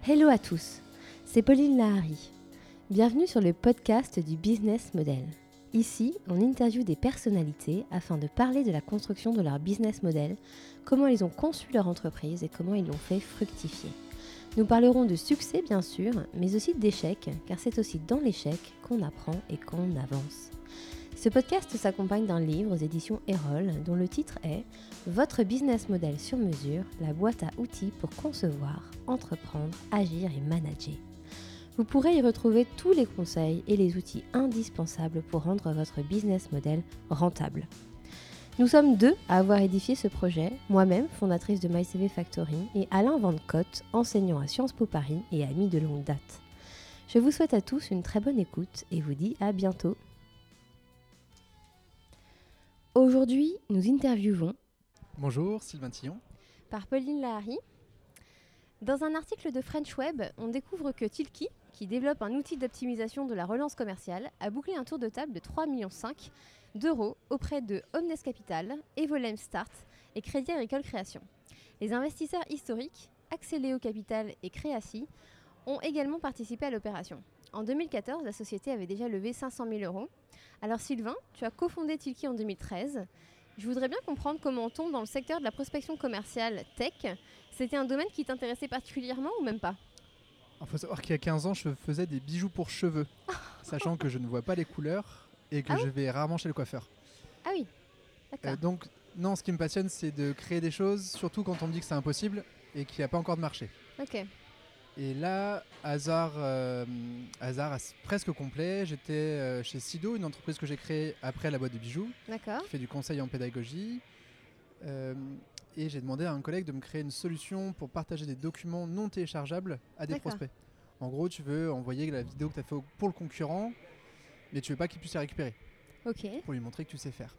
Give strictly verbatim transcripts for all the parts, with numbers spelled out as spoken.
Hello à tous, c'est Pauline Lahari. Bienvenue sur le podcast du Business Model. Ici, on interviewe des personnalités afin de parler de la construction de leur business model, comment ils ont conçu leur entreprise et comment ils l'ont fait fructifier. Nous parlerons de succès bien sûr, mais aussi d'échecs, car c'est aussi dans l'échec qu'on apprend et qu'on avance. Ce podcast s'accompagne d'un livre aux éditions Erol, dont le titre est « Votre business model sur mesure, la boîte à outils pour concevoir, entreprendre, agir et manager ». Vous pourrez y retrouver tous les conseils et les outils indispensables pour rendre votre business model rentable. Nous sommes deux à avoir édifié ce projet, moi-même, fondatrice de MyCV Factory, et Alain Van Cotte, enseignant à Sciences Po Paris et ami de longue date. Je vous souhaite à tous une très bonne écoute et vous dis à bientôt. Aujourd'hui, nous interviewons Bonjour, Sylvain Tillon. Par Pauline Lahari. Dans un article de French Web, on découvre que Tilki, qui développe un outil d'optimisation de la relance commerciale, a bouclé un tour de table de trois virgule cinq millions d'euros auprès de Omnes Capital, Evolem Start et Crédit Agricole Création. Les investisseurs historiques, Axeléo Capital et Créaci, ont également participé à l'opération. En deux mille quatorze, la société avait déjà levé cinq cent mille euros. Alors Sylvain, tu as cofondé Tilki en deux mille treize. Je voudrais bien comprendre comment on tombe dans le secteur de la prospection commerciale tech. C'était un domaine qui t'intéressait particulièrement ou même pas ? Il faut savoir qu'il y a quinze ans, je faisais des bijoux pour cheveux, sachant que je ne vois pas les couleurs et que ah je oui vais rarement chez le coiffeur. Ah oui, d'accord. Euh, donc non, ce qui me passionne, c'est de créer des choses, surtout quand on me dit que c'est impossible et qu'il n'y a pas encore de marché. Ok. Et là, hasard, euh, hasard presque complet, j'étais euh, chez Sido, une entreprise que j'ai créée après la boîte de bijoux, D'accord. qui fait du conseil en pédagogie. Euh, et j'ai demandé à un collègue de me créer une solution pour partager des documents non téléchargeables à des D'accord. prospects. En gros, tu veux envoyer la vidéo que tu as fait pour le concurrent, mais tu veux pas qu'il puisse la récupérer, Ok. pour lui montrer que tu sais faire.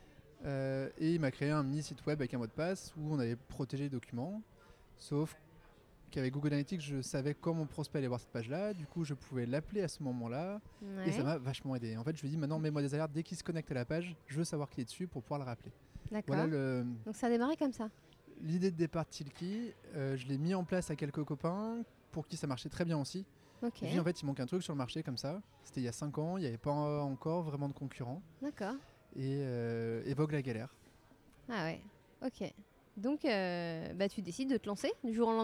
Euh, et il m'a créé un mini site web avec un mot de passe où on avait protégé les documents, sauf qu'avec Google Analytics, je savais quand mon prospect allait voir cette page-là, du coup je pouvais l'appeler à ce moment-là, Ouais. et ça m'a vachement aidé. En fait, je lui ai dit maintenant mets-moi des alertes dès qu'il se connecte à la page, je veux savoir qui est dessus pour pouvoir le rappeler. D'accord. Voilà le, Donc ça a démarré comme ça. l'idée de départ de Tilki. Euh, je l'ai mis en place à quelques copains pour qui ça marchait très bien aussi. Ok. Et puis en fait, il manque un truc sur le marché comme ça. C'était il y a cinq ans, il n'y avait pas encore vraiment de concurrents. D'accord. Et, euh, et vogue la galère. Ah ouais. Ok. Donc euh, bah, tu décides de te lancer du jour au lendemain ?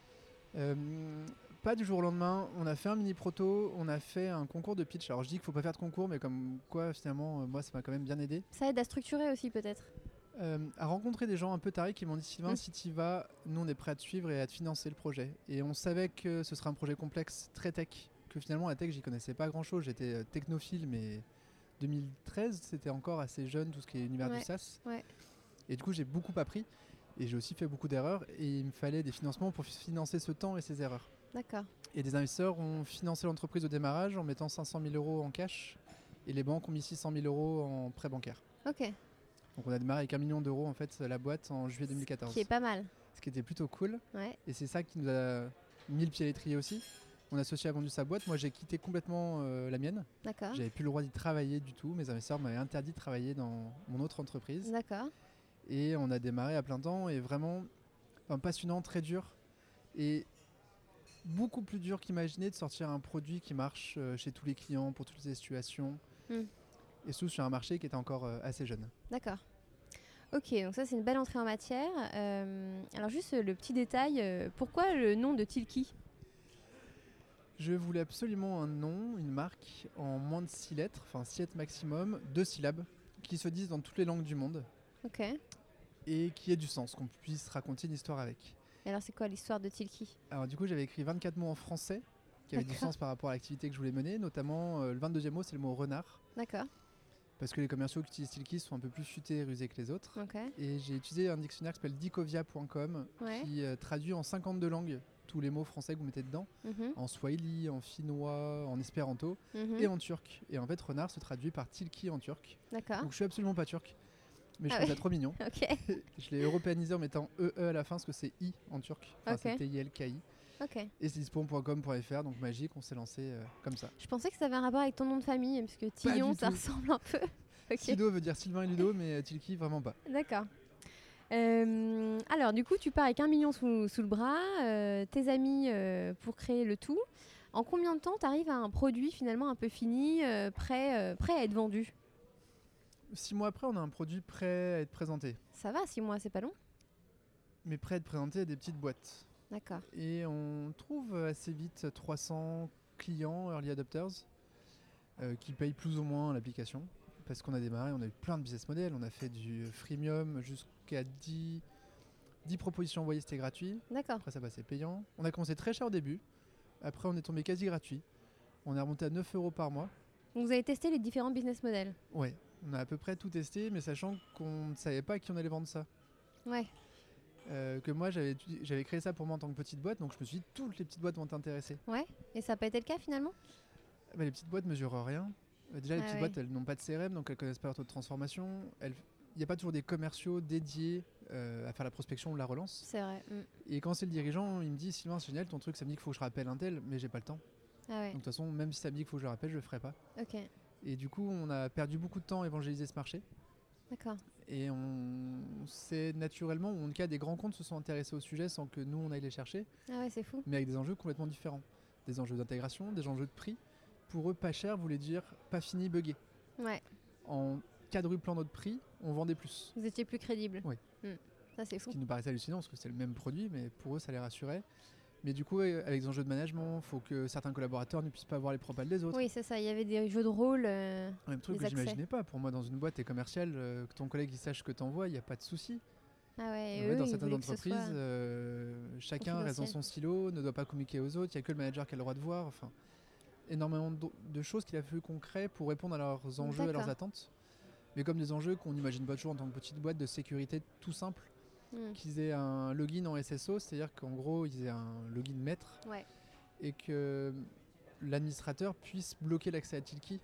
Euh, pas du jour au lendemain. On a fait un mini proto, on a fait un concours de pitch. Alors je dis qu'il ne faut pas faire de concours, mais comme quoi finalement, euh, moi ça m'a quand même bien aidé. Ça aide à structurer aussi peut-être. Euh, à rencontrer des gens un peu tarés qui m'ont dit Sylvain, Mm. si tu y vas, nous on est prêt à te suivre et à te financer le projet. Et on savait que ce serait un projet complexe, très tech, que finalement la tech j'y connaissais pas grand chose. J'étais euh, technophile, mais deux mille treize c'était encore assez jeune, tout ce qui est univers Ouais. du SaaS. Ouais. Et du coup j'ai beaucoup appris et j'ai aussi fait beaucoup d'erreurs et il me fallait des financements pour financer ce temps et ces erreurs. D'accord. Et des investisseurs ont financé l'entreprise au démarrage en mettant cinq cent mille euros en cash et les banques ont mis six cent mille euros en prêt bancaire. Ok. Donc on a démarré avec un million d'euros en fait la boîte en juillet deux mille quatorze. Qui est pas mal. Ce qui était plutôt cool. Ouais. Et c'est ça qui nous a mis le pied à l'étrier aussi. Mon associé a vendu sa boîte, moi j'ai quitté complètement euh, la mienne. D'accord. J'avais plus le droit d'y travailler du tout. Mes investisseurs m'avaient interdit de travailler dans mon autre entreprise. D'accord. Et on a démarré à plein temps et vraiment enfin, passionnant, très dur. Et beaucoup plus dur qu'imaginé de sortir un produit qui marche euh, chez tous les clients pour toutes les situations. Mm. Et surtout sur un marché qui était encore euh, assez jeune. D'accord. Ok, donc ça c'est une belle entrée en matière. Euh, alors juste euh, le petit détail, euh, pourquoi le nom de Tilki ? Je voulais absolument un nom, une marque en moins de six lettres, enfin six lettres maximum, deux syllabes, qui se disent dans toutes les langues du monde Ok. et qui ait du sens, qu'on puisse raconter une histoire avec. Et alors c'est quoi l'histoire de Tilki ? Alors du coup j'avais écrit vingt-quatre mots en français qui avaient du D'accord. sens par rapport à l'activité que je voulais mener, notamment euh, le vingt-deuxième mot c'est le mot renard, D'accord. parce que les commerciaux qui utilisent Tilki sont un peu plus futés et rusés que les autres. Ok. Et j'ai utilisé un dictionnaire qui s'appelle dicovia point com Ouais. qui euh, traduit en cinquante-deux langues tous les mots français que vous mettez dedans, Mhm. en swahili, en finnois, en espéranto Mhm. et en turc. Et en fait renard se traduit par Tilki en turc. D'accord. Donc je suis absolument pas turc, mais je Ah trouve ouais. ça trop mignon. Ok. Je l'ai européanisé en mettant E E à la fin parce que c'est I en turc. Enfin, Ok. c'est T I L K I. Ok. Et c'est dispo point com point f r, donc magique, on s'est lancé euh, comme ça. Je pensais que ça avait un rapport avec ton nom de famille, parce que Tillon, du ça tout. ressemble un peu. Ok. Sido veut dire Sylvain et Ludo, mais euh, Tilki vraiment pas. D'accord. Euh, alors, du coup, tu pars avec un million sous, sous le bras, euh, tes amis euh, pour créer le tout. En combien de temps tu arrives à un produit finalement un peu fini, euh, prêt, euh, prêt à être vendu? Six mois après, on a un produit prêt à être présenté. Ça va, six mois, c'est pas long? Mais prêt à être présenté à des petites boîtes. D'accord. Et on trouve assez vite trois cents clients early adopters euh, qui payent plus ou moins l'application. Parce qu'on a démarré, on a eu plein de business models. On a fait du freemium jusqu'à dix, dix propositions envoyées, c'était gratuit. D'accord. Après, ça passait payant. On a commencé très cher au début. Après, on est tombé quasi gratuit. On est remonté à neuf euros par mois. Donc, vous avez testé les différents business models? Ouais, on a à peu près tout testé, mais sachant qu'on ne savait pas à qui on allait vendre ça. Ouais. Euh, que moi, j'avais, j'avais créé ça pour moi en tant que petite boîte, donc je me suis dit, toutes les petites boîtes vont t'intéresser. Ouais. Et ça n'a pas été le cas finalement? Bah, les petites boîtes mesurent rien. Euh, déjà, les Ah petites ouais. boîtes, elles n'ont pas de C R M, donc elles connaissent pas leur taux de transformation. Il n'y a pas toujours des commerciaux dédiés euh, à faire la prospection ou la relance. C'est vrai. Mm. Et quand c'est le dirigeant, il me dit, Sylvain, c'est génial, ton truc, ça me dit qu'il faut que je rappelle un tel, mais j'ai pas le temps. Ah ouais. Donc de toute façon, même si ça me dit qu'il faut que je le rappelle, je le ferai pas. Ok. Et du coup, on a perdu beaucoup de temps à évangéliser ce marché. D'accord. Et on sait naturellement, ou en tout cas des grands comptes se sont intéressés au sujet sans que nous on aille les chercher, Ah ouais, c'est fou. mais avec des enjeux complètement différents. Des enjeux d'intégration, des enjeux de prix. Pour eux, pas cher voulait dire pas fini, buggé. Ouais. En quadruplant notre prix, on vendait plus. Vous étiez plus crédible. Oui. Mm. Ça, c'est Ce fou. qui nous paraissait hallucinant parce que c'est le même produit, mais pour eux, ça les rassurait. Mais du coup, avec des enjeux de management, il faut que certains collaborateurs ne puissent pas voir les propals des autres. Oui, c'est ça. Il y avait des jeux de rôle. euh, Un même truc les que accès. j'imaginais pas. Pour moi, dans une boîte et commerciale, euh, que ton collègue il sache que t'envoies, il n'y a pas de souci. Ah ouais. En Et fait, eux, dans ils certaines voulaient que ce entreprises, soit- euh, chacun confidentiel. reste dans son silo, ne doit pas communiquer aux autres, il n'y a que le manager qui a le droit de voir. Enfin, énormément de, de choses qu'il a fallu qu'on crée pour répondre à leurs enjeux, à leurs D'accord. attentes. Mais comme des enjeux qu'on n'imagine pas toujours en tant que petite boîte de sécurité tout simple, Mm. qu'ils aient un login en S S O, c'est-à-dire qu'en gros, ils aient un login maître Ouais. et que l'administrateur puisse bloquer l'accès à Tilki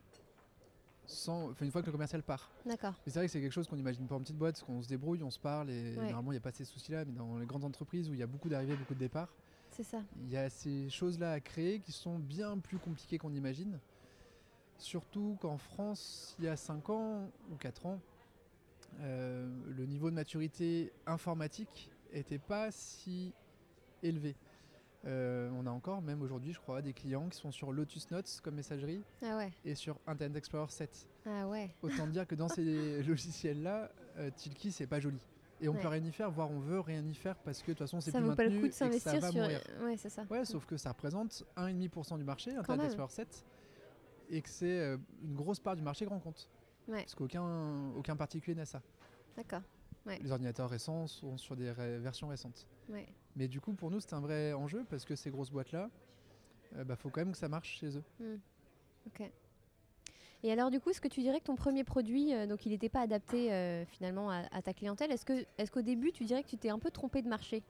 sans, enfin, une fois que le commercial part. D'accord. Mais c'est vrai que c'est quelque chose qu'on n'imagine pas en petite boîte, parce qu'on se débrouille, on se parle, et Ouais. normalement il n'y a pas ces soucis-là, mais dans les grandes entreprises où il y a beaucoup d'arrivées, beaucoup de départs, C'est ça. il y a ces choses-là à créer qui sont bien plus compliquées qu'on imagine. Surtout qu'en France, il y a cinq ans ou quatre ans, euh, le niveau de maturité informatique n'était pas si élevé. Euh, on a encore, même aujourd'hui, je crois, des clients qui sont sur Lotus Notes comme messagerie Ah ouais. et sur Internet Explorer sept. Ah ouais. Autant dire que dans ces logiciels-là, euh, Tilki, c'est pas joli. Et on Ouais. peut rien y faire, voire on veut rien y faire parce que de toute façon, c'est Ça plus vaut pas maintenu le coup de et que ça s'investir va sur. mourir. Ouais, c'est ça. Ouais, sauf que ça représente un virgule cinq pour cent du marché, Quand Internet même. Explorer sept, et que c'est euh, une grosse part du marché grand compte. Ouais. Parce qu'aucun aucun particulier n'a ça. D'accord. Ouais. Les ordinateurs récents sont sur des ré- versions récentes. Ouais. Mais du coup, pour nous, c'est un vrai enjeu parce que ces grosses boîtes-là, il bah, faut quand même que ça marche chez eux. Mm. Ok. Et alors, du coup, est-ce que tu dirais que ton premier produit, euh, donc il n'était pas adapté euh, finalement à, à ta clientèle? Est-ce que, est-ce qu'au début, tu dirais que tu t'es un peu trompé de marché?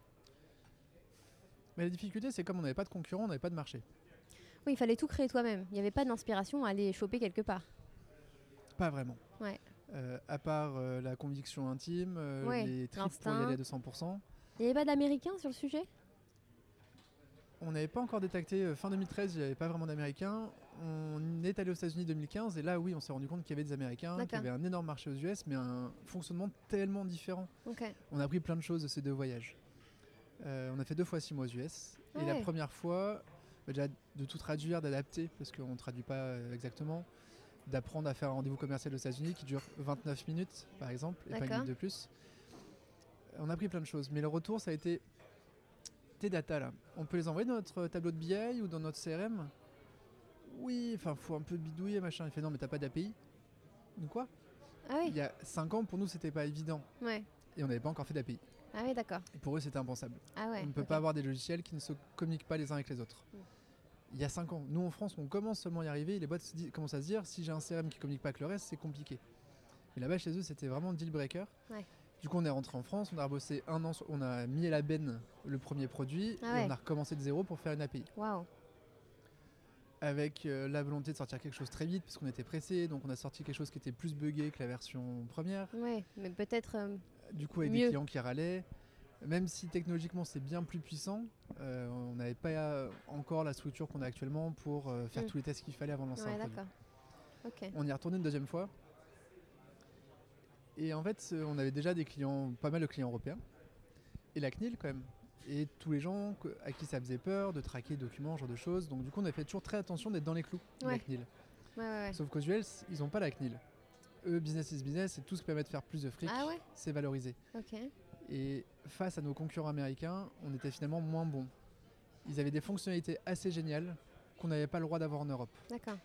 Mais la difficulté, c'est comme on n'avait pas de concurrents, on n'avait pas de marché. Oui, il fallait tout créer toi-même. Il n'y avait pas d'inspiration à aller choper quelque part. Pas vraiment. Ouais. Euh, à part euh, la conviction intime, euh, Ouais, les tripes pour y l'instinct. aller à deux cents pour cent. Il n'y avait pas d'américain sur le sujet? On n'avait pas encore détecté, euh, fin deux mille treize, il n'y avait pas vraiment d'Américains. On est allé aux États-Unis deux mille quinze et là, oui, on s'est rendu compte qu'il y avait des Américains, qu'il y D'accord. avait un énorme marché aux U S, mais un fonctionnement tellement différent. Ok. On a appris plein de choses de ces deux voyages. Euh, on a fait deux fois six mois aux U S. Ah et la ouais. première fois, bah, déjà de tout traduire, d'adapter, parce qu'on ne traduit pas euh, exactement, d'apprendre à faire un rendez-vous commercial aux États-Unis qui dure vingt-neuf minutes, par exemple, et pas une D'accord. minute de plus. On a appris plein de choses, mais le retour, ça a été tes data là. On peut les envoyer dans notre tableau de B I ou dans notre C R M? Oui, enfin, faut un peu bidouiller, machin. Il fait non, mais t'as pas d'A P I. Donc quoi? Ah Il oui. y a cinq ans, pour nous, c'était pas évident. Ouais. Et on n'avait pas encore fait d'A P I. Ah oui, d'accord. Et pour eux, c'était impensable. Ah ouais. on ne peut ok. pas avoir des logiciels qui ne se communiquent pas les uns avec les autres. Mm. Il y a cinq ans. Nous, en France, on commence seulement à y arriver. Et les boîtes se disent- commencent à se dire, si j'ai un C R M qui ne communique pas avec le reste, c'est compliqué. Et là-bas, chez eux, c'était vraiment deal breaker. Ouais. Du coup, on est rentré en France, on a rebossé un an, sur- on a mis à la benne le premier produit Ah et ouais. on a recommencé de zéro pour faire une A P I. Waouh. Avec euh, la volonté de sortir quelque chose très vite, parce qu'on était pressé, donc on a sorti quelque chose qui était plus buggé que la version première. Ouais, mais peut-être. euh, Du coup, avec Mieux. des clients qui râlaient. Même si technologiquement c'est bien plus puissant, euh, on n'avait pas euh, encore la structure qu'on a actuellement pour euh, faire Mm. tous les tests qu'il fallait avant de lancer Ouais, un produit. d'accord. Ok. On y est retourné une deuxième fois. Et en fait, on avait déjà des clients, pas mal de clients européens, et la C N I L quand même, et tous les gens à qui ça faisait peur de traquer les documents, ce genre de choses. Donc du coup, on a fait toujours très attention d'être dans les clous de Ouais. la C N I L. Ouais, ouais, ouais. Sauf qu'aux U S, ils n'ont pas la C N I L. Eux, business is business, et tout ce qui permet de faire plus de fric, Ah ouais. c'est valorisé. Ok. Et face à nos concurrents américains, on était finalement moins bons. Ils avaient des fonctionnalités assez géniales qu'on n'avait pas le droit d'avoir en Europe. D'accord.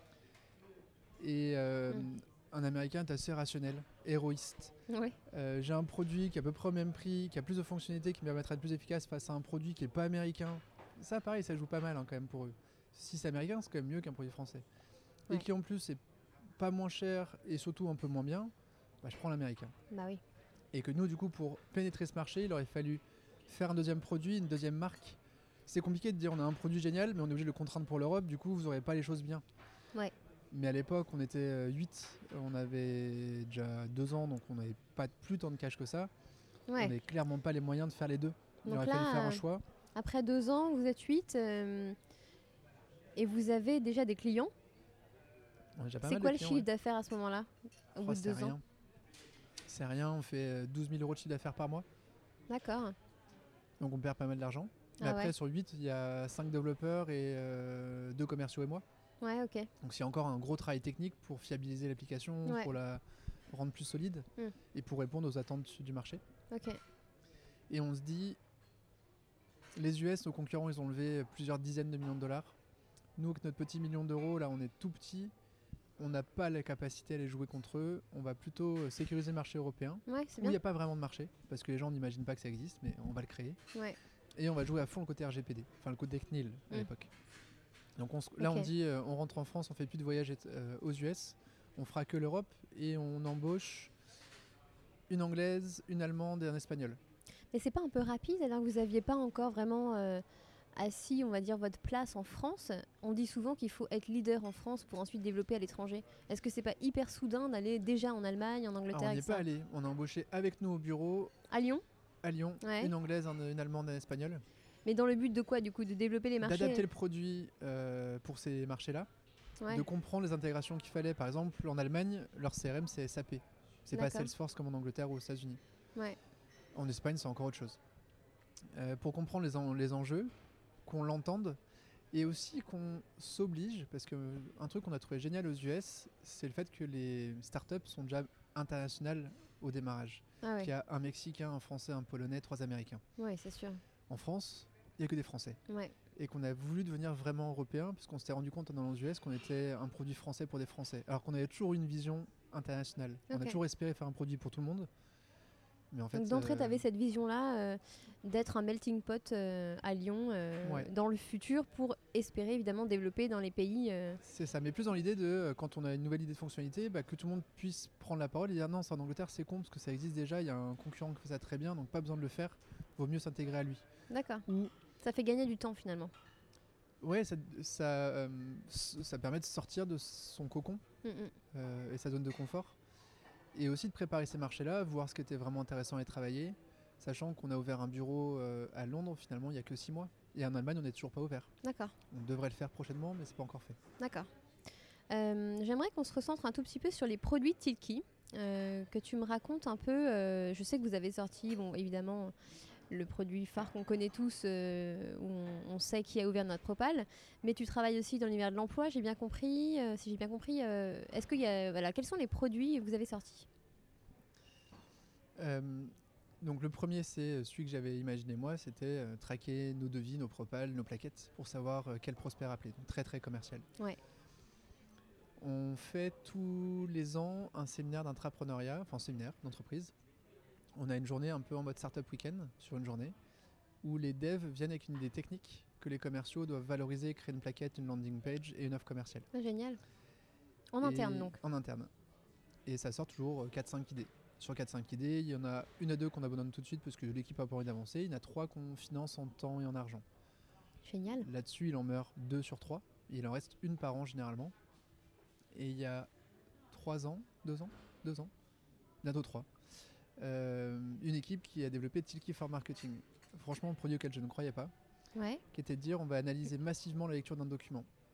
Et euh, Mm. un Américain est assez rationnel, héroïste. Oui. Euh, j'ai un produit qui est à peu près au même prix, qui a plus de fonctionnalités, qui me permettra d'être plus efficace face à un produit qui n'est pas américain. Ça, pareil, ça joue pas mal hein, quand même pour eux. Si c'est américain, c'est quand même mieux qu'un produit français. Ouais. Et qui en plus est pas moins cher et surtout un peu moins bien, bah, je prends l'américain. Bah oui. Et que nous, du coup, pour pénétrer ce marché, il aurait fallu faire un deuxième produit, une deuxième marque. C'est compliqué de dire on a un produit génial, mais on est obligé de le contraindre pour l'Europe, du coup, vous n'aurez pas les choses bien. Ouais. Mais à l'époque, on était huit, on avait déjà deux ans, donc on n'avait pas plus tant de cash que ça. Ouais. On n'avait clairement pas les moyens de faire les deux. Il Donc aurait là, fallu faire un euh, choix. Après deux ans, vous êtes huit euh, et vous avez déjà des clients. On a déjà pas C'est mal quoi de le clients, chiffre ouais. d'affaires à ce moment-là, au Oh, bout de c'est deux ans? rien. C'est rien, on fait douze mille euros de chiffre d'affaires par mois. D'accord. Donc on perd pas mal d'argent. Mais Ah après, ouais. sur huit, il y a cinq développeurs et euh, deux commerciaux et moi. Ouais, ok. Donc c'est encore un gros travail technique pour fiabiliser l'application, Ouais. pour la rendre plus solide Mm. et pour répondre aux attentes du marché. Ok. Et on se dit, les U S, nos concurrents, ils ont levé plusieurs dizaines de millions de dollars. Nous, avec notre petit million d'euros, là, on est tout petit. On n'a pas la capacité à les jouer contre eux. On va plutôt sécuriser le marché européen, Ouais, c'est où il n'y bien. a pas vraiment de marché, parce que les gens n'imaginent pas que ça existe, mais on va le créer. Ouais. Et on va jouer à fond le côté R G P D, enfin le côté C N I L à Mm. l'époque. Donc on s- là, Ok. on dit, euh, on rentre en France, on fait plus de voyages euh, aux U S, on fera que l'Europe et on embauche une anglaise, une allemande et un espagnol. Mais c'est pas un peu rapide alors que vous n'aviez pas encore vraiment euh, assis, on va dire, votre place en France? On dit souvent qu'il faut être leader en France pour ensuite développer à l'étranger. Est-ce que c'est pas hyper soudain d'aller déjà en Allemagne, en Alors Angleterre, on n'y est et pas cetera? allé, on a embauché avec nous au bureau À Lyon? à Lyon, Ouais. une anglaise, un- une allemande et un espagnol. Mais dans le but de quoi, du coup? De développer les marchés? D'adapter le produit euh, pour ces marchés-là, Ouais. de comprendre les intégrations qu'il fallait. Par exemple, en Allemagne, leur C R M c'est S A P. C'est pas D'accord. Salesforce comme en Angleterre ou aux États-Unis. Ouais. En Espagne, c'est encore autre chose. Euh, pour comprendre les, en- les enjeux, qu'on l'entende et aussi qu'on s'oblige, parce qu'un truc qu'on a trouvé génial aux U S, c'est le fait que les startups sont déjà internationales au démarrage. Ah ouais. Il y a un Mexicain, un Français, un Polonais, trois Américains. Ouais, c'est sûr. En France, il n'y a que des Français. Ouais. Et qu'on a voulu devenir vraiment européen, parce qu'on s'était rendu compte en allant aux U S qu'on était un produit français pour des Français. Alors qu'on avait toujours une vision internationale. On Ok. a toujours espéré faire un produit pour tout le monde. Mais en fait, Donc d'entrée, euh, tu avais cette vision-là euh, d'être un melting pot euh, à Lyon euh, Ouais. dans le futur pour espérer évidemment développer dans les pays. euh, c'est ça, mais plus dans l'idée de, euh, quand on a une nouvelle idée de fonctionnalité, bah, que tout le monde puisse prendre la parole et dire non, c'est en Angleterre, c'est con, parce que ça existe déjà, il y a un concurrent qui fait ça très bien, donc pas besoin de le faire, vaut mieux s'intégrer à lui. D'accord. Ou, Ça fait gagner du temps finalement. ouais, ça, ça, euh, s- ça permet de sortir de son cocon Mm, mm. euh, et sa zone de confort, et aussi de préparer ces marchés-là, voir ce qui était vraiment intéressant à y travailler, sachant qu'on a ouvert un bureau euh, à Londres, finalement, il n'y a que six mois, et en Allemagne, on n'est toujours pas ouvert. D'accord. On devrait le faire prochainement, mais c'est pas encore fait. D'accord. Euh, J'aimerais qu'on se recentre un tout petit peu sur les produits de Tilki, euh, que tu me racontes un peu. euh, je sais que vous avez sorti, bon, évidemment, le produit phare qu'on connaît tous, euh, où on, on sait qui a ouvert notre propale, mais tu travailles aussi dans l'univers de l'emploi, j'ai bien compris. euh, si j'ai bien compris, euh, est-ce qu'il y a, voilà, quels sont les produits que vous avez sortis? Euh, donc le premier, c'est celui que j'avais imaginé moi, c'était euh, traquer nos devis, nos propales, nos plaquettes pour savoir euh, quel prospect appeler. Donc très très commercial. Ouais. On fait tous les ans un séminaire d'entrepreneuriat, enfin un séminaire d'entreprise. On a une journée un peu en mode startup week-end sur une journée où les devs viennent avec une idée technique que les commerciaux doivent valoriser, créer une plaquette, une landing page et une offre commerciale. Ah, génial. En Et- interne donc. En interne. Et ça sort toujours quatre cinq idées. Sur quatre cinq idées, il y en a une à deux qu'on abandonne tout de suite parce que l'équipe a pas envie d'avancer. Il y en a trois qu'on finance en temps et en argent. Génial. Là-dessus, il en meurt deux sur trois. Et il en reste une par an généralement. Et il y a trois ans, deux ans, deux ans, bientôt trois, euh, une équipe qui a développé Tilki for Marketing. Franchement, un produit auquel je ne croyais pas, Ouais. qui était de dire on va analyser massivement la lecture d'un document.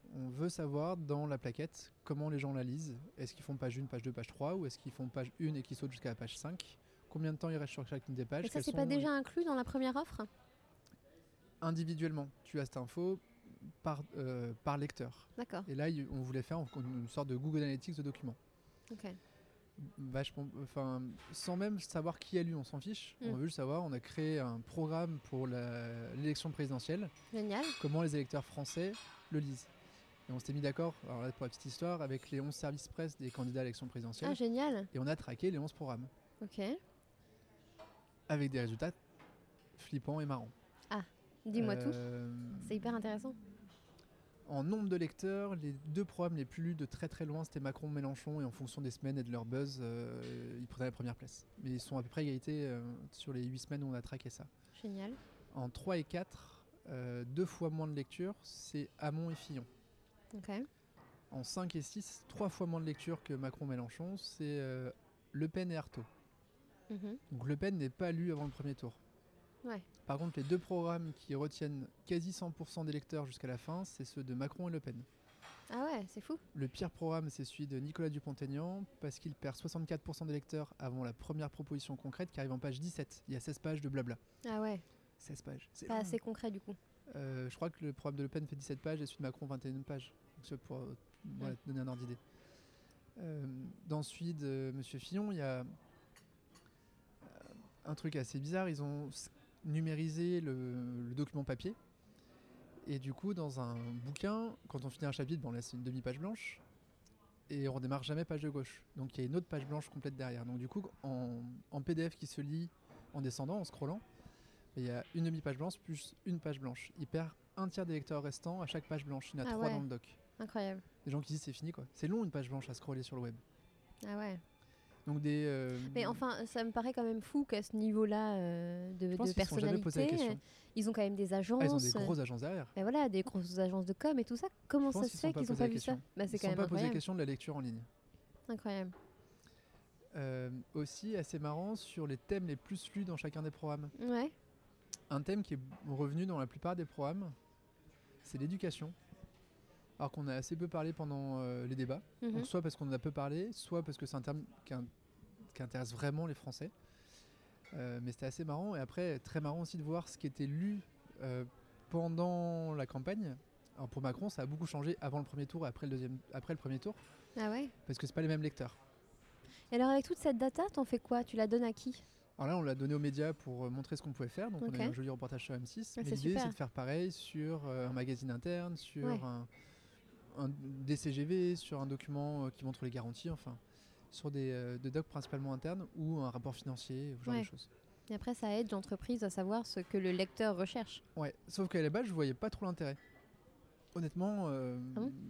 On veut savoir dans la plaquette comment les gens la lisent. Est-ce qu'ils font page un, page deux, page trois, ou est-ce qu'ils font page un et qu'ils sautent jusqu'à la page cinq? Combien de temps ils restent sur chacune des pages? Et ça, Quels c'est sont pas déjà les- inclus dans la première offre? Individuellement, tu as cette info par, euh, par lecteur. D'accord. Et là, il- on voulait faire une sorte de Google Analytics de documents. Ok. Vachement, enfin, sans même savoir qui a lu, on s'en fiche. Mm. On veut juste savoir, on a créé un programme pour la- l'élection présidentielle, Génial. comment les électeurs français le lisent. Et on s'était mis d'accord, alors là pour la petite histoire, avec les onze services presse des candidats à l'élection présidentielle. Ah, génial. Et on a traqué les onze programmes, Ok. avec des résultats flippants et marrants. Dis-moi tout. Euh, C'est hyper intéressant. En nombre de lecteurs, les deux programmes les plus lus de très très loin, c'était Macron-Mélenchon, et en fonction des semaines et de leur buzz, euh, ils prenaient la première place. Mais ils sont à peu près à égalité euh, sur les huit semaines où on a traqué ça. Génial. En trois et quatre, euh, deux fois moins de lectures, c'est Hamon et Fillon. Ok. En cinq et six, trois fois moins de lectures que Macron-Mélenchon, c'est euh, Le Pen et Artaud. Mhm. Donc Le Pen n'est pas lu avant le premier tour. Ouais. Par contre, les deux programmes qui retiennent quasi cent pour cent des lecteurs jusqu'à la fin, c'est ceux de Macron et Le Pen. Ah ouais, c'est fou. Le pire programme, c'est celui de Nicolas Dupont-Aignan, parce qu'il perd soixante-quatre pour cent des lecteurs avant la première proposition concrète qui arrive en page dix-sept. Il y a seize pages de blabla. Ah ouais. seize pages. C'est Pas long. assez concret du coup. Euh, je crois que le programme de Le Pen fait dix-sept pages et celui de Macron vingt et une pages. Donc c'est pour euh, voilà, te donner un ordre d'idée. Euh, dans celui de Monsieur Fillon, il y a euh, un truc assez bizarre. Ils ont s- numérisé le, le document papier. Et du coup, dans un bouquin, quand on finit un chapitre, bon, on laisse une demi-page blanche. Et on redémarre jamais page de gauche. Donc il y a une autre page blanche complète derrière. Donc du coup, en, en P D F qui se lit en descendant, en scrollant, il y a une demi-page blanche plus une page blanche. Il perd un tiers des lecteurs restants à chaque page blanche. Il y en a Ah trois ouais. dans le doc. Incroyable. Des gens qui disent c'est fini quoi. C'est long une page blanche à scroller sur le web. Ah ouais. Donc des. euh, Mais enfin, ça me paraît quand même fou qu'à ce niveau-là euh, de, je pense de qu'ils se sont jamais posé la personnalité, question. euh, ils ont quand même des agences. Ah, ils ont des grosses agences derrière. Ben voilà, des grosses agences de com et tout ça. Comment Je pense ça se qu'ils fait sont pas qu'ils n'ont posé pas la vu ça? question. Bah, Ils c'est ne quand sont même pas posé la incroyable. question de la lecture en ligne. Incroyable. Euh, aussi assez marrant sur les thèmes les plus lus dans chacun des programmes. Ouais. Un thème qui est revenu dans la plupart des programmes, c'est l'éducation. Alors qu'on a assez peu parlé pendant euh, les débats. Mhm. Donc soit parce qu'on en a peu parlé, soit parce que c'est un terme qui, in- qui intéresse vraiment les Français. Euh, mais c'était assez marrant. Et après, très marrant aussi de voir ce qui était lu euh, pendant la campagne. Alors pour Macron, ça a beaucoup changé avant le premier tour et après le, deuxième, après le premier tour, Ah ouais. parce que c'est pas les mêmes lecteurs. Et alors avec toute cette data, t'en fais quoi? Tu la donnes à qui? Alors là, on l'a donné aux médias pour euh, montrer ce qu'on pouvait faire. Donc Ok. on a eu un joli reportage sur M six. Ah, mais c'est l'idée, super. c'est de faire pareil sur euh, un magazine interne, sur Ouais. un, un D C G V, sur un document euh, qui montre les garanties, enfin, sur des, euh, des docs principalement internes ou un rapport financier, ce genre Ouais. de choses. Et après, ça aide l'entreprise à savoir ce que le lecteur recherche. Ouais, sauf qu'à la base, je voyais pas trop l'intérêt. Honnêtement, euh, Ah bon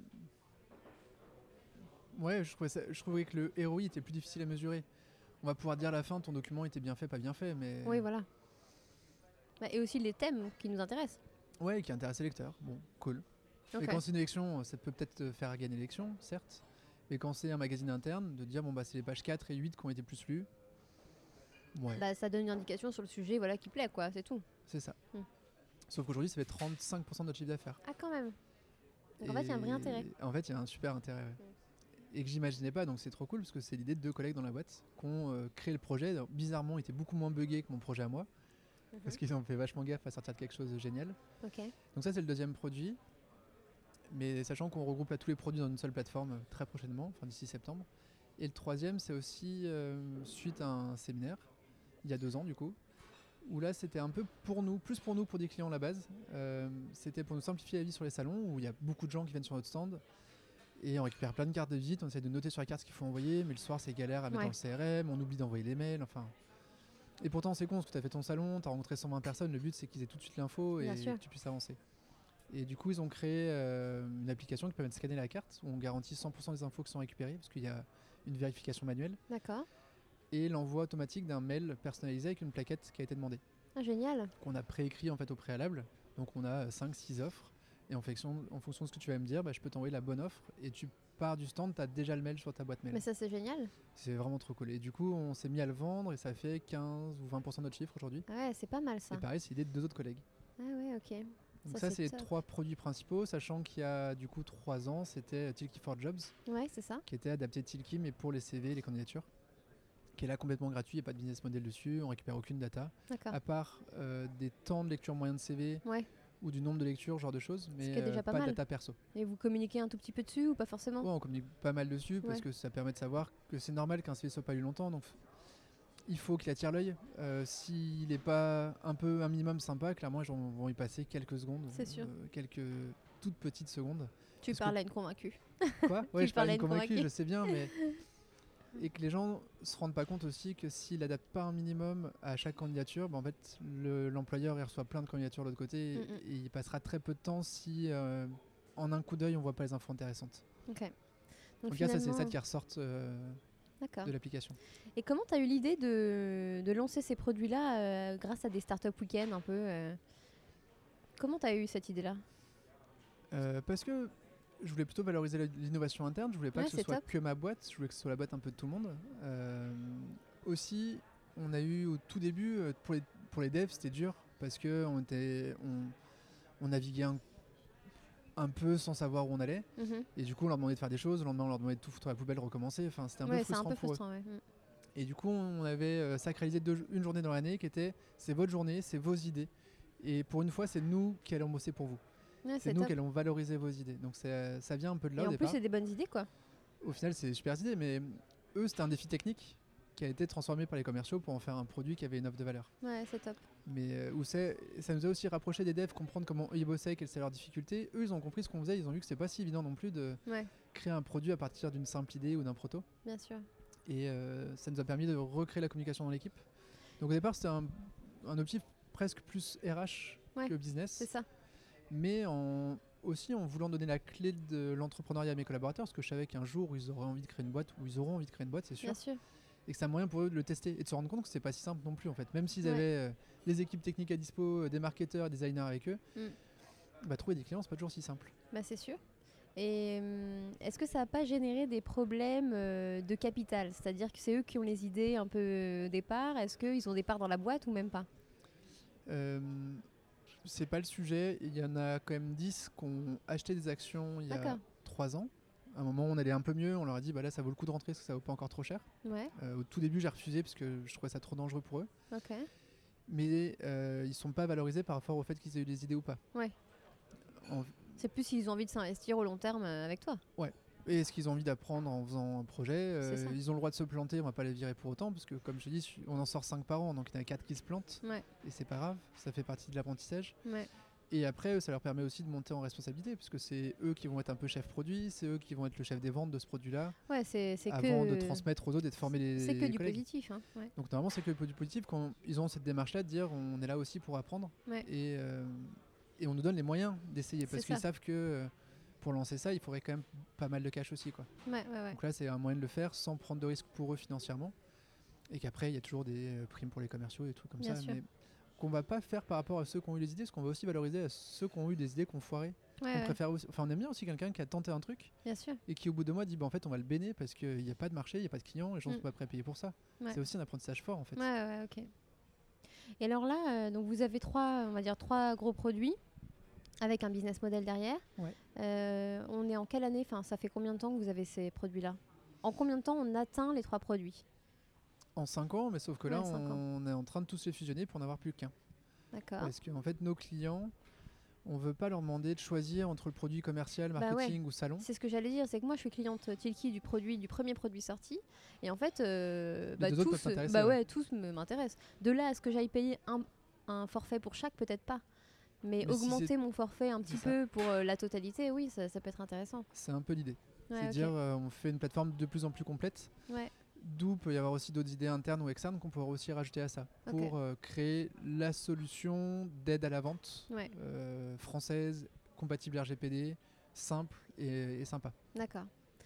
ouais, je trouvais, ça- je trouvais que le R O I était plus difficile à mesurer. On va pouvoir dire à la fin, ton document était bien fait, pas bien fait, mais Oui, voilà. Bah, et aussi les thèmes qui nous intéressent. ouais, qui intéresse les lecteurs. Bon, cool. Ok. Mais quand c'est une élection, ça peut peut-être te faire gagner l'élection, certes. Mais quand c'est un magazine interne, de dire bon bah c'est les pages quatre et huit qui ont été plus lues. Ouais, Bah, ça donne une indication sur le sujet, voilà, qui plaît, quoi, c'est tout. c'est ça. Hmm. Sauf qu'aujourd'hui, ça fait trente-cinq pour cent de notre chiffre d'affaires. Ah, quand même. Donc en fait, il y a un vrai intérêt. Et en fait, il y a un super intérêt. ouais. Et que j'imaginais pas, donc c'est trop cool parce que c'est l'idée de deux collègues dans la boîte qui ont euh, créé le projet. Alors, bizarrement, il était beaucoup moins buggé que mon projet à moi Mhm. parce qu'ils ont fait vachement gaffe à sortir de quelque chose de génial. Ok. Donc, ça, c'est le deuxième produit. Mais sachant qu'on regroupe là tous les produits dans une seule plateforme euh, très prochainement, enfin d'ici septembre. Et le troisième, c'est aussi euh, suite à un séminaire, il y a deux ans du coup, où là c'était un peu pour nous, plus pour nous, pour des clients à la base. Euh, c'était pour nous simplifier la vie sur les salons, où il y a beaucoup de gens qui viennent sur notre stand, et on récupère plein de cartes de visite, on essaie de noter sur la carte ce qu'il faut envoyer, mais le soir c'est galère à mettre Ouais. dans le C R M, on oublie d'envoyer les mails, enfin... Et pourtant c'est con, parce que tu as fait ton salon, tu as rencontré cent vingt personnes, le but c'est qu'ils aient tout de suite l'info et Bien sûr. que tu puisses avancer. Et du coup, ils ont créé euh, une application qui permet de scanner la carte, où on garantit cent pour cent des infos qui sont récupérées, parce qu'il y a une vérification manuelle, D'accord. et l'envoi automatique d'un mail personnalisé avec une plaquette qui a été demandée, Ah, génial. qu'on a préécrit en fait au préalable. Donc on a cinq six offres, et en fonction, en fonction de ce que tu vas me dire, bah, je peux t'envoyer la bonne offre, et tu pars du stand, tu as déjà le mail sur ta boîte mail. Mais ça, c'est génial. C'est vraiment trop cool. Et du coup, on s'est mis à le vendre, et ça fait quinze ou vingt pour cent de notre chiffre aujourd'hui. Ah ouais, c'est pas mal ça. Et pareil, c'est l'idée de deux autres collègues. Ah ouais, ok. Donc Ça, ça, c'est c'est les top. trois produits principaux, sachant qu'il y a du coup trois ans, c'était Tilki for Jobs, Ouais, c'est ça. qui était adapté Tilki, mais pour les C V et les candidatures, qui est là complètement gratuit, il n'y a pas de business model dessus, on récupère aucune data, D'accord. à part euh, des temps de lecture moyen de C V Ouais. ou du nombre de lectures, ce genre de choses, Ce mais qui est déjà euh, pas pas de mal. data perso. Et vous communiquez un tout petit peu dessus ou pas forcément? Ouais, on communique pas mal dessus parce Ouais. que ça permet de savoir que c'est normal qu'un C V soit pas lu longtemps, donc il faut qu'il attire l'œil. Euh, S'il n'est pas un peu un minimum sympa, clairement, les gens vont y passer quelques secondes, C'est sûr. euh, quelques toutes petites secondes. Tu Parce parles que- à une convaincue. Quoi Ouais, je parle parles à d'une une convaincue, convaincue. je sais bien, mais et que les gens se rendent pas compte aussi que s'il n'adapte pas un minimum à chaque candidature, bah en fait le- l'employeur il reçoit plein de candidatures de l'autre côté Mm-mm. et il passera très peu de temps si euh, en un coup d'œil on voit pas les infos intéressantes. Ok. En Donc tout cas, ça c'est ça finalement- qui ressortent euh, D'accord. de l'application. Et comment tu as eu l'idée de, de lancer ces produits-là euh, grâce à des startup week-ends un peu euh, Comment tu as eu cette idée-là? Euh, parce que je voulais plutôt valoriser la- l'innovation interne, je voulais pas Ouais, que ce c'est soit top. que ma boîte, je voulais que ce soit la boîte un peu de tout le monde. Euh, aussi, on a eu au tout début, euh, pour les, pour les devs, c'était dur parce que on, était, on, on naviguait un, un peu sans savoir où on allait. Mhm. Et du coup, on leur demandait de faire des choses, le lendemain, on leur demandait de tout foutre à la poubelle, recommencer. Enfin, c'était un Ouais, peu c'est un frustrant peu pour eux. frustrant. Ouais. Mm. Et du coup, on avait euh, sacralisé deux- une journée dans l'année qui était c'est votre journée, c'est vos idées. Et pour une fois, c'est nous qui allons bosser pour vous. Ouais, C'est c'est nous top. qui allons valoriser vos idées. Donc c'est- ça vient un peu de là Et au en plus, départ. c'est des bonnes idées, quoi. Au final, c'est des super idées, mais eux, c'était un défi technique qui a été transformé par les commerciaux pour en faire un produit qui avait une offre de valeur. Ouais, c'est top. Mais euh, où c'est, ça nous a aussi rapproché des devs, comprendre comment eux ils bossaient, quelles étaient leurs difficultés. Eux, ils ont compris ce qu'on faisait, ils ont vu que c'est pas si évident non plus de Ouais, créer un produit à partir d'une simple idée ou d'un proto. bien sûr. Et euh, ça nous a permis de recréer la communication dans l'équipe. Donc au départ, c'était un, un objectif presque plus R H Ouais, que business. C'est ça. Mais en, aussi en voulant donner la clé de l'entrepreneuriat à mes collaborateurs, parce que je savais qu'un jour où ils auraient envie de créer une boîte, où ils auront envie de créer une boîte, c'est sûr, Bien sûr. et que c'est un moyen pour eux de le tester et de se rendre compte que c'est pas si simple non plus en fait. Même s'ils Ouais. avaient euh, des équipes techniques à dispo, euh, des marketeurs, des designers avec eux, Mm. bah, trouver des clients c'est pas toujours si simple. Bah, c'est sûr. Et hum, est-ce que ça n'a pas généré des problèmes euh, de capital? C'est-à-dire que c'est eux qui ont les idées un peu euh, au départ. Est-ce qu'ils ont des parts dans la boîte ou même pas? Euh, c'est pas le sujet. Il y en a quand même dix qui ont acheté des actions il y a D'accord. trois ans. À un moment où on allait un peu mieux, on leur a dit bah là ça vaut le coup de rentrer parce que ça vaut pas encore trop cher. Ouais, Euh, au tout début j'ai refusé parce que je trouvais ça trop dangereux pour eux. ok. Mais euh, ils sont pas valorisés par rapport au fait qu'ils aient eu des idées ou pas. Ouais. En- C'est plus s'ils ont envie de s'investir au long terme euh, avec toi. Et est-ce qu'ils ont envie d'apprendre en faisant un projet euh, C'est ça. Ils ont le droit de se planter, on va pas les virer pour autant, parce que comme je te dis, on en sort cinq par an, donc il y en a quatre qui se plantent, Ouais, et c'est pas grave, ça fait partie de l'apprentissage. ouais. Et après, ça leur permet aussi de monter en responsabilité, puisque c'est eux qui vont être un peu chef produit, c'est eux qui vont être le chef des ventes de ce produit-là, Ouais, c'est c'est avant que... de transmettre aux autres et de former les, C'est que les du collègues. positif. Hein. Ouais. Donc normalement, c'est que du positif quand ils ont cette démarche-là de dire on est là aussi pour apprendre, Ouais. et, euh, et on nous donne les moyens d'essayer, parce C'est qu'ils ça. savent que euh, pour lancer ça, il faudrait quand même pas mal de cash aussi, quoi. Ouais, ouais, ouais. Donc là, c'est un moyen de le faire sans prendre de risques pour eux financièrement. Et qu'après, il y a toujours des euh, primes pour les commerciaux et des trucs comme Bien ça. sûr. Mais qu'on va pas faire par rapport à ceux qui ont eu les idées, parce qu'on va aussi valoriser à ceux qui ont eu des idées qu'on foiré. Ouais, on ouais, préfère aussi, enfin, on aime bien aussi quelqu'un qui a tenté un truc bien sûr. et qui au bout de mois dit bah, en fait on va le béner parce qu'il n'y a pas de marché, il n'y a pas de clients, les gens Mm. sont pas prêts à payer pour ça. Ouais. C'est aussi un apprentissage fort en fait. Ouais, ouais, ok. Et alors là, euh, donc vous avez trois, on va dire trois gros produits avec un business model derrière. Ouais. Euh, on est en quelle année? Enfin, ça fait combien de temps que vous avez ces produits-là? En combien de temps on atteint les trois produits? En cinq ans, mais sauf que là Ouais, cinq ans. on est en train de tous les fusionner pour n'en avoir plus qu'un. D'accord. Parce qu'en fait nos clients, on veut pas leur demander de choisir entre le produit commercial, Bah ouais. marketing ou salon. C'est ce que j'allais dire, c'est que moi je suis cliente Tilki du produit, du premier produit sorti, et en fait, euh, Les bah, deux autres tous, peuvent t'intéresser, bah ouais. ouais, tous me- m'intéressent. De là à ce que j'aille payer un, un forfait pour chaque, peut-être pas. Mais, Mais si augmenter c'est- mon forfait un petit c'est ça. peu pour euh, la totalité, oui, ça, ça peut être intéressant. C'est un peu l'idée. Ouais, c'est ok. dire euh, on fait une plateforme de plus en plus complète. Ouais, D'où peut y avoir aussi d'autres idées internes ou externes qu'on pourra aussi rajouter à ça Ok. pour euh, créer la solution d'aide à la vente ouais, euh, française, compatible R G P D, simple et, et sympa. d'accord.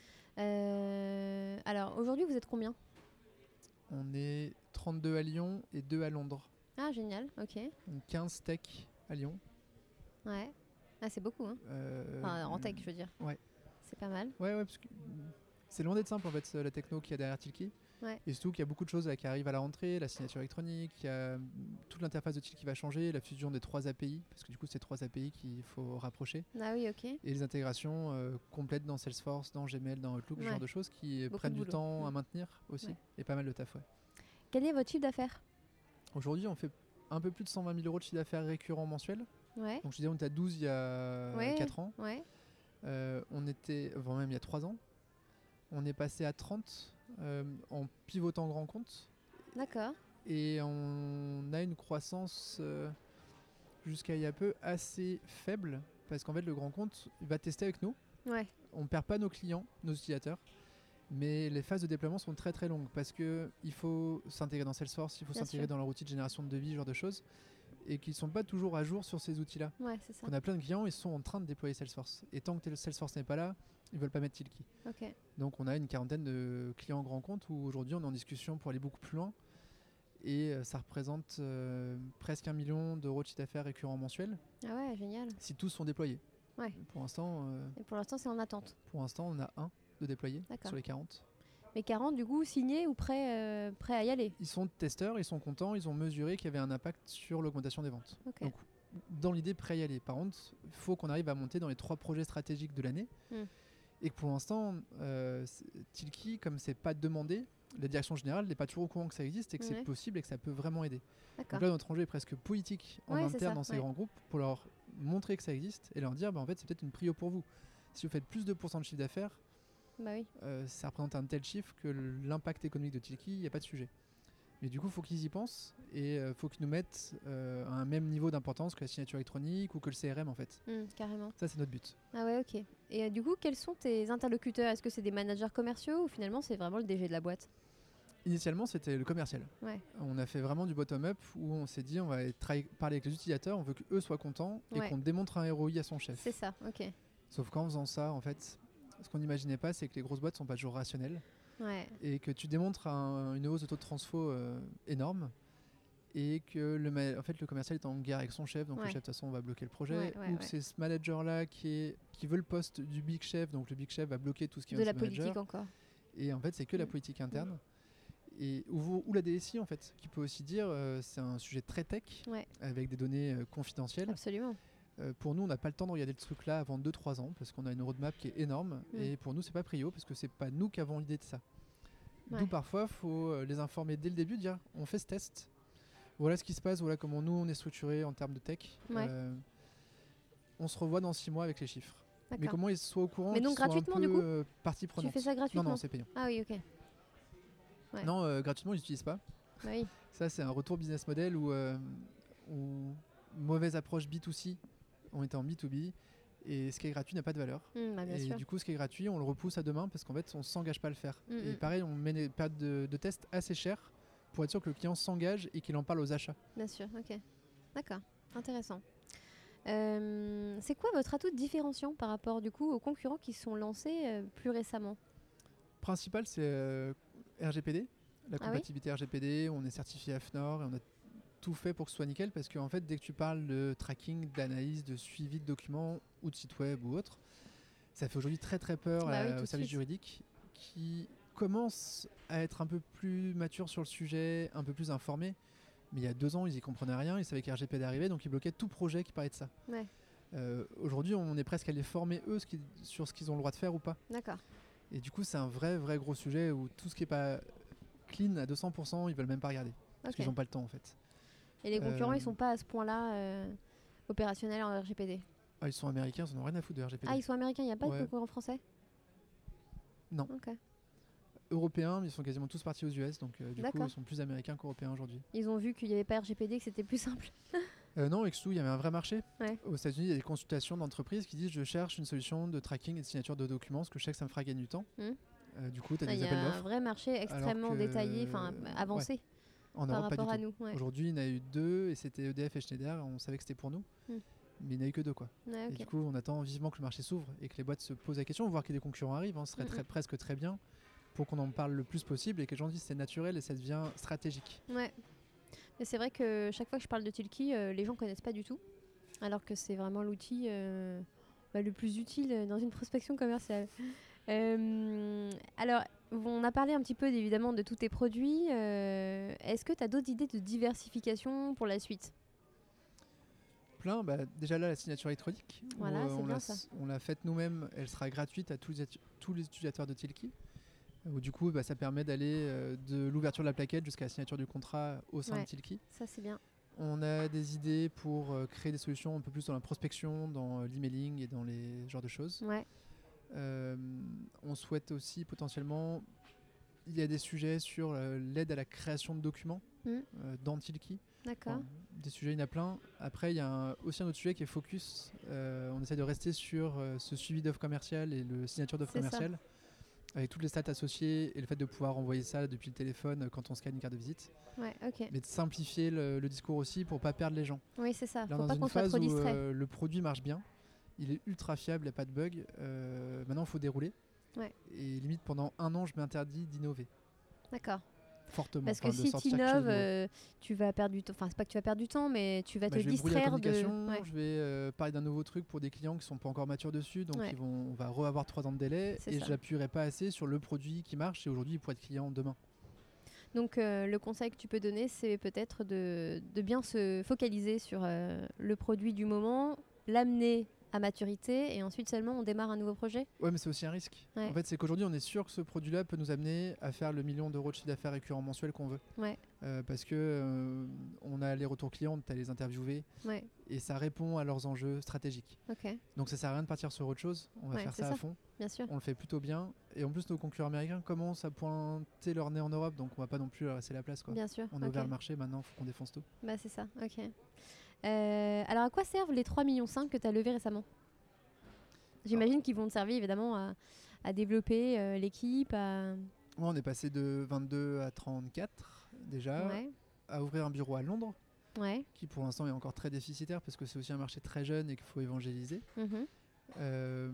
Euh, alors aujourd'hui, vous êtes combien? On est trente-deux à Lyon et deux à Londres. Ah, génial, ok. Donc quinze tech à Lyon. Ouais. Ah, c'est beaucoup, hein. Euh, Enfin, en tech, je veux dire. ouais. C'est pas mal. Ouais, ouais, parce que c'est loin d'être simple en fait, la techno qu'il y a derrière Tilki. Ouais. Et surtout qu'il y a beaucoup de choses là, qui arrivent à la rentrée, la signature électronique, il y a hum, toute l'interface de Tilki qui va changer, la fusion des trois A P I, parce que du coup c'est trois A P I qu'il faut rapprocher, Ah oui, ok. et les intégrations euh, complètes dans Salesforce, dans Gmail, dans Outlook, ce Ouais. genre de choses qui Beaucoup prennent de du boulot. temps Mm. à maintenir aussi, Ouais. et pas mal de taf. Ouais. Quel est votre chiffre d'affaires? Aujourd'hui on fait un peu plus de cent vingt mille euros de chiffre d'affaires récurrent mensuel, Ouais. donc je disais on était à douze il y a Ouais. quatre ans, Ouais. euh, on était, enfin même il y a trois ans, on est passé à trente euh, en pivotant grand compte. D'accord. Et on a une croissance euh, jusqu'à il y a peu assez faible, parce qu'en fait le grand compte il va tester avec nous. Ouais. On ne perd pas nos clients, nos utilisateurs, mais les phases de déploiement sont très très longues, parce qu'il faut s'intégrer dans Salesforce, il faut Bien s'intégrer sûr. dans leur outil de génération de devis, ce genre de choses, et qu'ils ne sont pas toujours à jour sur ces outils-là. Ouais, c'est ça. On a plein de clients, ils sont en train de déployer Salesforce, et tant que Salesforce n'est pas là, ils ne veulent pas mettre Tilki. Ok. Donc on a une quarantaine de clients grands comptes où aujourd'hui on est en discussion pour aller beaucoup plus loin. Et euh, ça représente euh, presque un million d'euros de chiffre d'affaires récurrent mensuel Ah ouais, génial. si tous sont déployés. Ouais. Pour l'instant, euh, Et pour l'instant, c'est en attente. pour l'instant, on a un de déployé D'accord. sur les quarante. Mais quarante, du coup, signés ou prêts, euh, prêts à y aller? Ils sont testeurs, ils sont contents, ils ont mesuré qu'il y avait un impact sur l'augmentation des ventes. Ok. Donc, dans l'idée, prêt à y aller. Par contre, il faut qu'on arrive à monter dans les trois projets stratégiques de l'année. Mm. Et que pour l'instant, euh, c'est- Tilki, comme c'est pas demandé, la direction générale n'est pas toujours au courant que ça existe et que Ouais. c'est possible et que ça peut vraiment aider. D'accord. Donc là, notre enjeu est presque politique en Ouais, c'est interne ça, dans ces ouais. grands groupes pour leur montrer que ça existe et leur dire bah, en fait c'est peut-être une prio pour vous. Si vous faites plus de pourcents de chiffre d'affaires, Bah oui. euh, ça représente un tel chiffre que l'impact économique de Tilki, il n'y a pas de sujet. Mais du coup, il faut qu'ils y pensent et il euh, faut qu'ils nous mettent euh, à un même niveau d'importance que la signature électronique ou que le C R M en fait. Mm, carrément. Ça, c'est notre but. Ah ouais, ok. Et euh, du coup, quels sont tes interlocuteurs? Est-ce que c'est des managers commerciaux ou finalement c'est vraiment le D G de la boîte? Initialement, c'était le commercial. Ouais. On a fait vraiment du bottom-up où on s'est dit on va tra- parler avec les utilisateurs, on veut qu'eux soient contents et Ouais. qu'on démontre un R O I à son chef. C'est ça, ok. Sauf qu'en faisant ça, en fait, ce qu'on n'imaginait pas, c'est que les grosses boîtes sont pas toujours rationnelles Ouais. et que tu démontres un- une hausse de taux de transfo euh, énorme et que le, ma- en fait, le commercial est en guerre avec son chef, donc Ouais. le chef de toute façon va bloquer le projet, Ouais, ouais, ou ouais. que c'est ce manager-là qui, est, qui veut le poste du big chef, donc le big chef va bloquer tout ce qui De vient la de ce manager. politique encore. Et en fait, c'est que la Mm. politique interne. Et, ou, ou la D S I, en fait, qui peut aussi dire euh, c'est un sujet très tech, Ouais. avec des données euh, confidentielles. Absolument. Euh, pour nous, on n'a pas le temps de regarder le truc là avant deux trois ans, parce qu'on a une roadmap qui est énorme. Mm. Et pour nous, c'est pas prio, parce que c'est pas nous qui avons l'idée de ça. Ouais. D'où parfois, il faut euh, les informer dès le début, dire on fait ce test, voilà ce qui se passe, voilà comment nous, on est structuré en termes de tech. Ouais. Euh, on se revoit dans six mois avec les chiffres. Mais D'accord. comment ils soient au courant, Mais donc qu'ils soient gratuitement, un peu, du coup euh, partie Tu prenante. fais ça Non, gratuitement? non, c'est payant. Ah oui, ok. Ouais. Non, euh, gratuitement, ils n'utilisent pas. Bah oui. Ça, c'est un retour business model où, euh, où mauvaise approche B deux C, on était en B deux B, et ce qui est gratuit n'a pas de valeur. Mm, bah, bien Et sûr. du coup, ce qui est gratuit, on le repousse à demain parce qu'en fait, on s'engage pas à le faire. Mm, Et mm. pareil, on met des périodes de, de test assez chères pour être sûr que le client s'engage et qu'il en parle aux achats. Bien sûr, ok. D'accord, intéressant. Euh, c'est quoi votre atout de différenciation par rapport du coup aux concurrents qui sont lancés euh, plus récemment? Principal, c'est euh, R G P D, la Ah oui compatibilité R G P D. On est certifié A F N O R et on a tout fait pour que ce soit nickel parce qu'en fait, dès que tu parles de tracking, d'analyse, de suivi de documents ou de site web ou autre, ça fait aujourd'hui très très peur Bah à- oui, tout au de service suite. juridique qui commence à être un peu plus mature sur le sujet, un peu plus informé. Mais il y a deux ans, ils y comprenaient rien, ils savaient que R G P D arrivait, donc ils bloquaient tout projet qui parlait de ça. Ouais, Euh, aujourd'hui, on est presque à les former eux ce qui- sur ce qu'ils ont le droit de faire ou pas. d'accord. Et du coup, c'est un vrai, vrai gros sujet où tout ce qui est pas clean à deux cents pour cent, ils veulent même pas regarder. Parce Ok. qu'ils n'ont pas le temps en fait. Et les concurrents, Euh, ils sont pas à ce point-là euh, opérationnels en R G P D? Ah, ils sont américains, ils n'en ont rien à foutre de R G P D. Ah, ils sont américains, il n'y a pas Ouais. de concurrents français? Non. Ok. Européens, mais ils sont quasiment tous partis aux U S, donc euh, du coup, D'accord. ils sont plus américains qu'européens aujourd'hui. Ils ont vu qu'il n'y avait pas R G P D, que c'était plus simple. Euh, non, avec Sou, il y avait un vrai marché. Ouais. Aux États-Unis, il y a des consultations d'entreprises qui disent je cherche une solution de tracking et de signature de documents, parce que je sais que ça me fera gagner du temps. Mm. Euh, du coup, tu as Ah, Il des y appels a un d'offres. vrai marché extrêmement que- détaillé, enfin avancé En par Europe, pas du rapport à tout. nous. Ouais. Aujourd'hui, il y en a eu deux et c'était E D F et Schneider. On savait que c'était pour nous, Mm. mais il n'y en a eu que deux. Quoi. Ouais, Et ok. du coup, on attend vivement que le marché s'ouvre et que les boîtes se posent la question, voir que des concurrents arrivent. hein, ce serait Mm, très, mm. presque très bien pour qu'on en parle le plus possible et que les gens disent c'est naturel et ça devient stratégique. Ouais. Mais c'est vrai que chaque fois que je parle de Tilki, euh, les gens connaissent pas du tout, alors que c'est vraiment l'outil euh, bah, le plus utile dans une prospection commerciale. Euh, alors, on a parlé un petit peu évidemment de tous tes produits. Euh, est-ce que tu as d'autres idées de diversification pour la suite? Plein, bah, déjà là la signature électronique, Voilà, où, euh, c'est on bien l'a ça. on l'a faite nous-mêmes, elle sera gratuite à tous les, atu- tous les utilisateurs de Tilki. Où du coup bah, ça permet d'aller euh, de l'ouverture de la plaquette jusqu'à la signature du contrat au sein Ouais, de Tilki. ça c'est bien. On a des idées pour euh, créer des solutions un peu plus dans la prospection, dans euh, l'emailing et dans les genres de choses. Ouais, Euh, on souhaite aussi potentiellement, il y a des sujets sur euh, l'aide à la création de documents mm, euh, dans Tilki. d'accord. Enfin, des sujets, il y en a plein. Après, il y a un- aussi un autre sujet qui est focus. Euh, on essaie de rester sur euh, ce suivi d'offres commerciales et le signature d'offres C'est ça. commerciales, avec toutes les stats associées et le fait de pouvoir envoyer ça depuis le téléphone euh, quand on scanne une carte de visite. Ouais, ok. Mais de simplifier le, le discours aussi pour pas perdre les gens. Oui, c'est ça. Là, Faut dans pas une qu'on soit phase trop où distrait. euh, le produit marche bien, il est ultra fiable, il n'y a pas de bug. Euh, maintenant, il faut dérouler. Ouais. Et limite, pendant un an, je m'interdis d'innover D'accord. fortement. Parce que Enfin, de si tu sortir quelque chose de innoves, nouveau. euh, tu vas perdre du temps. Enfin, c'est pas que tu vas perdre du temps, mais tu vas Bah, te je vais brouiller la distraire de. communication, Ouais, je vais euh, parler d'un nouveau truc pour des clients qui sont pas encore matures dessus, donc Ouais. ils vont, on va re-avoir trois ans de délai C'est et ça. je n'appuierai pas assez sur le produit qui marche et aujourd'hui il pourrait être client demain. Donc euh, le conseil que tu peux donner, c'est peut-être de, de bien se focaliser sur euh, le produit du moment, l'amener à maturité et ensuite seulement on démarre un nouveau projet. Ouais, mais c'est aussi un risque. Ouais. En fait, c'est qu'aujourd'hui on est sûr que ce produit-là peut nous amener à faire le million d'euros de chiffre d'affaires récurrent mensuel qu'on veut. Ouais, Euh, parce que euh, on a les retours clients, tu as les interviewés ouais, et ça répond à leurs enjeux stratégiques. ok, Donc ça sert à rien de partir sur autre chose, on va Ouais, faire c'est ça, ça. à fond. bien sûr. On le fait plutôt bien et en plus nos concurrents américains commencent à pointer leur nez en Europe, donc on va pas non plus leur laisser la place quoi. Bien sûr. On a ok. ouvert le marché, maintenant il faut qu'on défonce tout. Bah c'est ça, ok. Euh, alors à quoi servent les trois virgule cinq millions que tu as levés récemment? J'imagine qu'ils vont te servir évidemment à, à développer euh, l'équipe, à... Ouais, on est passé de vingt-deux à trente-quatre déjà, Ouais, à ouvrir un bureau à Londres, ouais. qui pour l'instant est encore très déficitaire parce que c'est aussi un marché très jeune et qu'il faut évangéliser. mhm, Euh,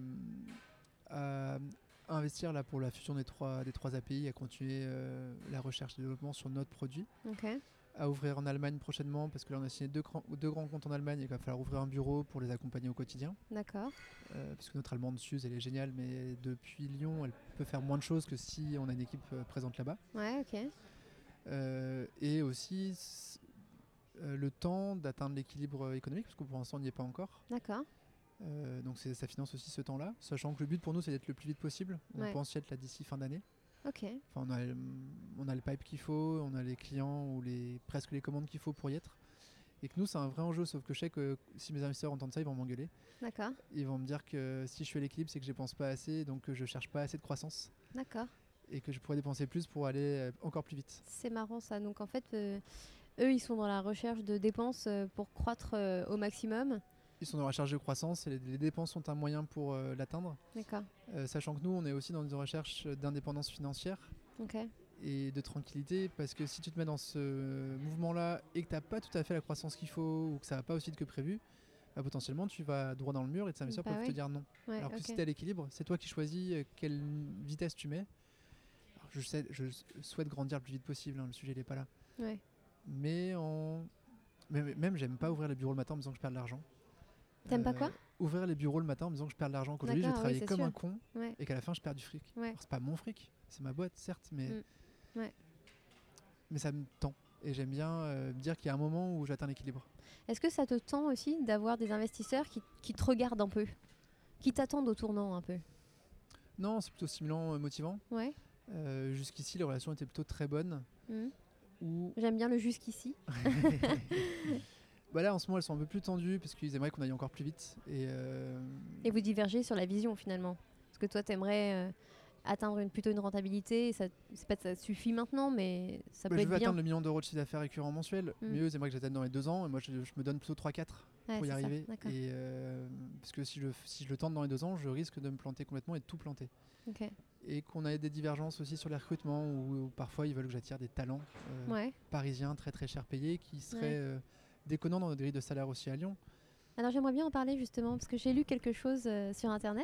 à investir là pour la fusion des trois, des trois A P I, à continuer euh, la recherche et développement sur notre produit, Ok, à ouvrir en Allemagne prochainement parce que là on a signé deux, grands- deux grands comptes en Allemagne et qu'il va falloir ouvrir un bureau pour les accompagner au quotidien. d'accord. Euh, parce que notre allemande Suze elle est géniale, mais depuis Lyon elle peut faire moins de choses que si on a une équipe euh, présente là-bas. Ouais, ok. Euh, et aussi s- euh, le temps d'atteindre l'équilibre économique parce que pour l'instant on n'y est pas encore. D'accord. Euh, donc c'est- ça finance aussi ce temps-là, sachant que le but pour nous c'est d'être le plus vite possible. On Ouais. pense y être là d'ici fin d'année. Ok. Enfin, on, a, le- on a le pipe qu'il faut, on a les clients ou les, presque les commandes qu'il faut pour y être. Et que nous c'est un vrai enjeu, sauf que je sais que si mes investisseurs entendent ça ils vont m'engueuler. D'accord. Ils vont me dire que si je suis à l'équilibre c'est que je dépense pas assez, donc que je cherche pas assez de croissance. D'accord. Et que je pourrais dépenser plus pour aller euh, encore plus vite. C'est marrant ça. Donc en fait, euh, eux, ils sont dans la recherche de dépenses euh, pour croître euh, au maximum. Ils sont dans la recherche de croissance et les, les dépenses sont un moyen pour euh, l'atteindre. D'accord. Euh, sachant que nous, on est aussi dans une recherche d'indépendance financière Ok. et de tranquillité, parce que si tu te mets dans ce mouvement-là et que tu n'as pas tout à fait la croissance qu'il faut ou que ça va pas aussi vite que prévu, bah, potentiellement tu vas droit dans le mur et tes investisseurs Bah peuvent ouais. te dire non. Ouais, Alors que ok. si tu es à l'équilibre, c'est toi qui choisis euh, quelle vitesse tu mets. Alors, je, sais, je souhaite grandir le plus vite possible, hein, le sujet n'est pas là. Ouais. Mais en... mais- mais même, j'aime pas ouvrir les bureaux le matin en me disant que je perds de l'argent. T'aimes pas Euh, quoi Ouvrir les bureaux le matin en me disant que je perds de l'argent, qu'aujourd'hui je vais D'accord, oui, travailler c'est comme sûr. un con Ouais. et qu'à la fin je perds du fric. Ouais. Alors, c'est pas mon fric, c'est ma boîte certes, mais, Mm. Ouais. mais ça me tend. Et j'aime bien euh, me dire qu'il y a un moment où j'atteins l'équilibre. Est-ce que ça te tend aussi d'avoir des investisseurs qui, qui te regardent un peu, qui t'attendent au tournant un peu? Non, c'est plutôt stimulant, euh, motivant. Ouais. Euh, jusqu'ici, les relations étaient plutôt très bonnes. Mm. Où... J'aime bien le jusqu'ici. bah là, en ce moment, elles sont un peu plus tendues parce qu'ils aimeraient qu'on aille encore plus vite. Et, euh, Et vous divergez sur la vision finalement. Parce que toi, t'aimerais euh, atteindre une, plutôt une rentabilité. Et ça, c'est pas que ça suffit maintenant, mais ça bah, peut je être veux bien. atteindre le million d'euros de chiffre d'affaires récurrent mensuel. Mm. Mais eux, ils aimeraient que j'atteigne dans les deux ans. Et moi, je, je me donne plutôt trois quatre Ouais, pour y c'est ça, arriver. d'accord. Et, euh, parce que si je, si je le tente dans les deux ans, je risque de me planter complètement et de tout planter. Ok. Et qu'on ait des divergences aussi sur les recrutements où, où parfois ils veulent que j'attire des talents euh, Ouais. parisiens très très cher payés qui seraient Ouais. euh, déconnants dans notre grille de salaire aussi à Lyon. Alors j'aimerais bien en parler justement parce que j'ai lu quelque chose euh, sur internet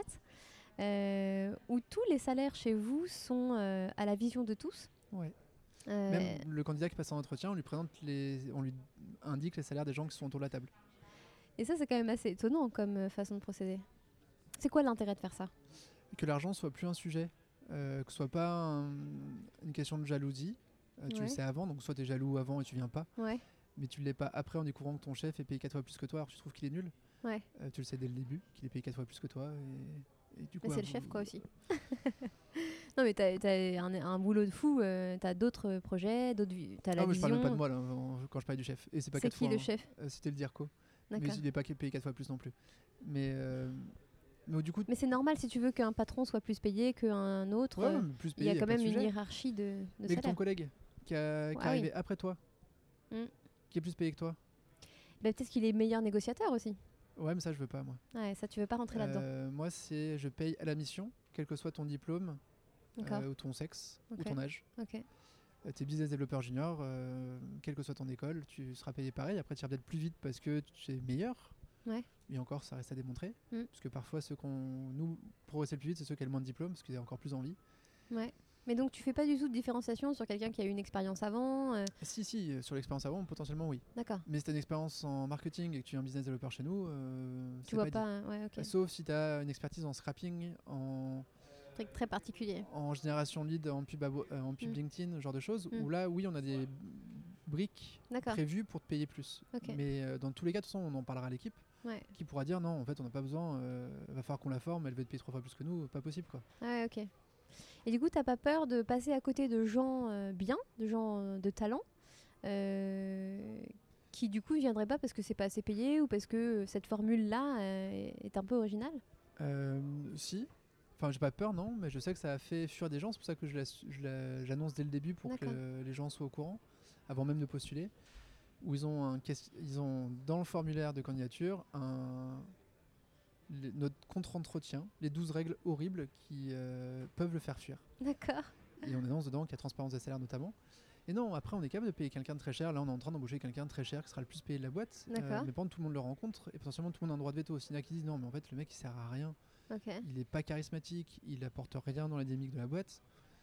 euh, où tous les salaires chez vous sont euh, à la vision de tous. Ouais. Euh, Même le candidat qui passe en entretien, on lui présente les, on lui indique les salaires des gens qui sont autour de la table. Et ça, c'est quand même assez étonnant comme euh, façon de procéder. C'est quoi l'intérêt de faire ça? Que l'argent soit plus un sujet. Euh, que ce soit pas un- une question de jalousie. Euh, tu Ouais. le sais avant, donc soit tu es jaloux avant et tu viens pas, Ouais, mais tu l'es pas après en découvrant que ton chef est payé quatre fois plus que toi, alors tu trouves qu'il est nul. ouais. Euh, tu le sais dès le début, qu'il est payé quatre fois plus que toi. Et, et du coup, Mais c'est un le chef, bou- quoi, aussi. Non, mais t'as, t'as un, un boulot de fou. euh, t'as d'autres projets, d'autres vi- t'as la Ah, mais je parle même pas de vision. moi là, en- quand je parlais du chef. Et c'est pas C'est quatre qui fois. le hein. chef? Euh, C'était le Dirco. Mais D'accord. il est pas payé quatre fois plus non plus. Mais, euh, mais du coup, Mais c'est normal si tu veux qu'un patron soit plus payé qu'un autre. ouais, euh, mais plus Il y payé, a y a quand pas de même une sujet. hiérarchie de, de Mais que ton salaire. collègue qui, a, qui Ah est arrivé oui. après toi, Mm. qui est plus payé que toi. Bah, peut-être qu'il est meilleur négociateur aussi. Ouais, mais ça je veux pas moi. Ouais, ça, tu veux pas rentrer là-dedans. Euh, moi, c'est je paye à la mission, quel que soit ton diplôme, D'accord. euh, ou ton sexe, Ok. ou ton âge. Ok. Euh, T'es business développeur junior, euh, quelle que soit ton école, tu seras payé pareil. Après, tu iras peut-être plus vite parce que tu es meilleur. Ouais. Et encore, ça reste à démontrer. Mm. Parce que parfois, ceux qu'on nous progresser le plus vite, c'est ceux qui ont le moins de diplômes, parce qu'ils ont encore plus envie. Ouais. Mais donc, tu fais pas du tout de différenciation sur quelqu'un qui a eu une expérience avant. euh, Si, si, euh, sur l'expérience avant, potentiellement oui. D'accord. Mais si tu as une expérience en marketing et que tu es un business développeur chez nous, euh, Tu c'est vois pas, pas. dit. Ouais, ok. Euh, Sauf si tu as une expertise en scrapping, en, Truc très particulier. en génération lead, en pub, abo- euh, en pub Mm. LinkedIn, ce genre de choses, Mm. où là, oui, on a des briques D'accord. prévues pour te payer plus. Ok. Mais euh, dans tous les cas, de toute façon, on en parlera à l'équipe, Ouais. qui pourra dire non, en fait, on n'a pas besoin, euh, va falloir qu'on la forme, elle veut te payer trois fois plus que nous, pas possible quoi. Ouais, ok. Et du coup, t'as pas peur de passer à côté de gens euh, bien, de gens euh, de talent, euh, qui du coup ne viendraient pas parce que c'est pas assez payé ou parce que cette formule-là euh, est un peu originale? Euh, si. Enfin, j'ai pas peur, non, mais je sais que ça a fait fuir des gens. C'est pour ça que je la- je la- j'annonce dès le début pour D'accord. que les gens soient au courant, avant même de postuler. Où ils ont, un, ques- ils ont dans le formulaire de candidature un, les- notre contre-entretien, les douze règles horribles qui euh, peuvent le faire fuir. D'accord. Et on annonce dedans qu'il y a transparence des salaires notamment. Et non, après, on est capable de payer quelqu'un de très cher. Là, on est en train d'embaucher quelqu'un de très cher qui sera le plus payé de la boîte. D'accord. mais par contre, tout le monde le rencontre et potentiellement tout le monde a un droit de veto. S'il y en a qui disent non, mais en fait, le mec il sert à rien. Ok. Il est pas charismatique, il apporte rien dans la dynamique de la boîte.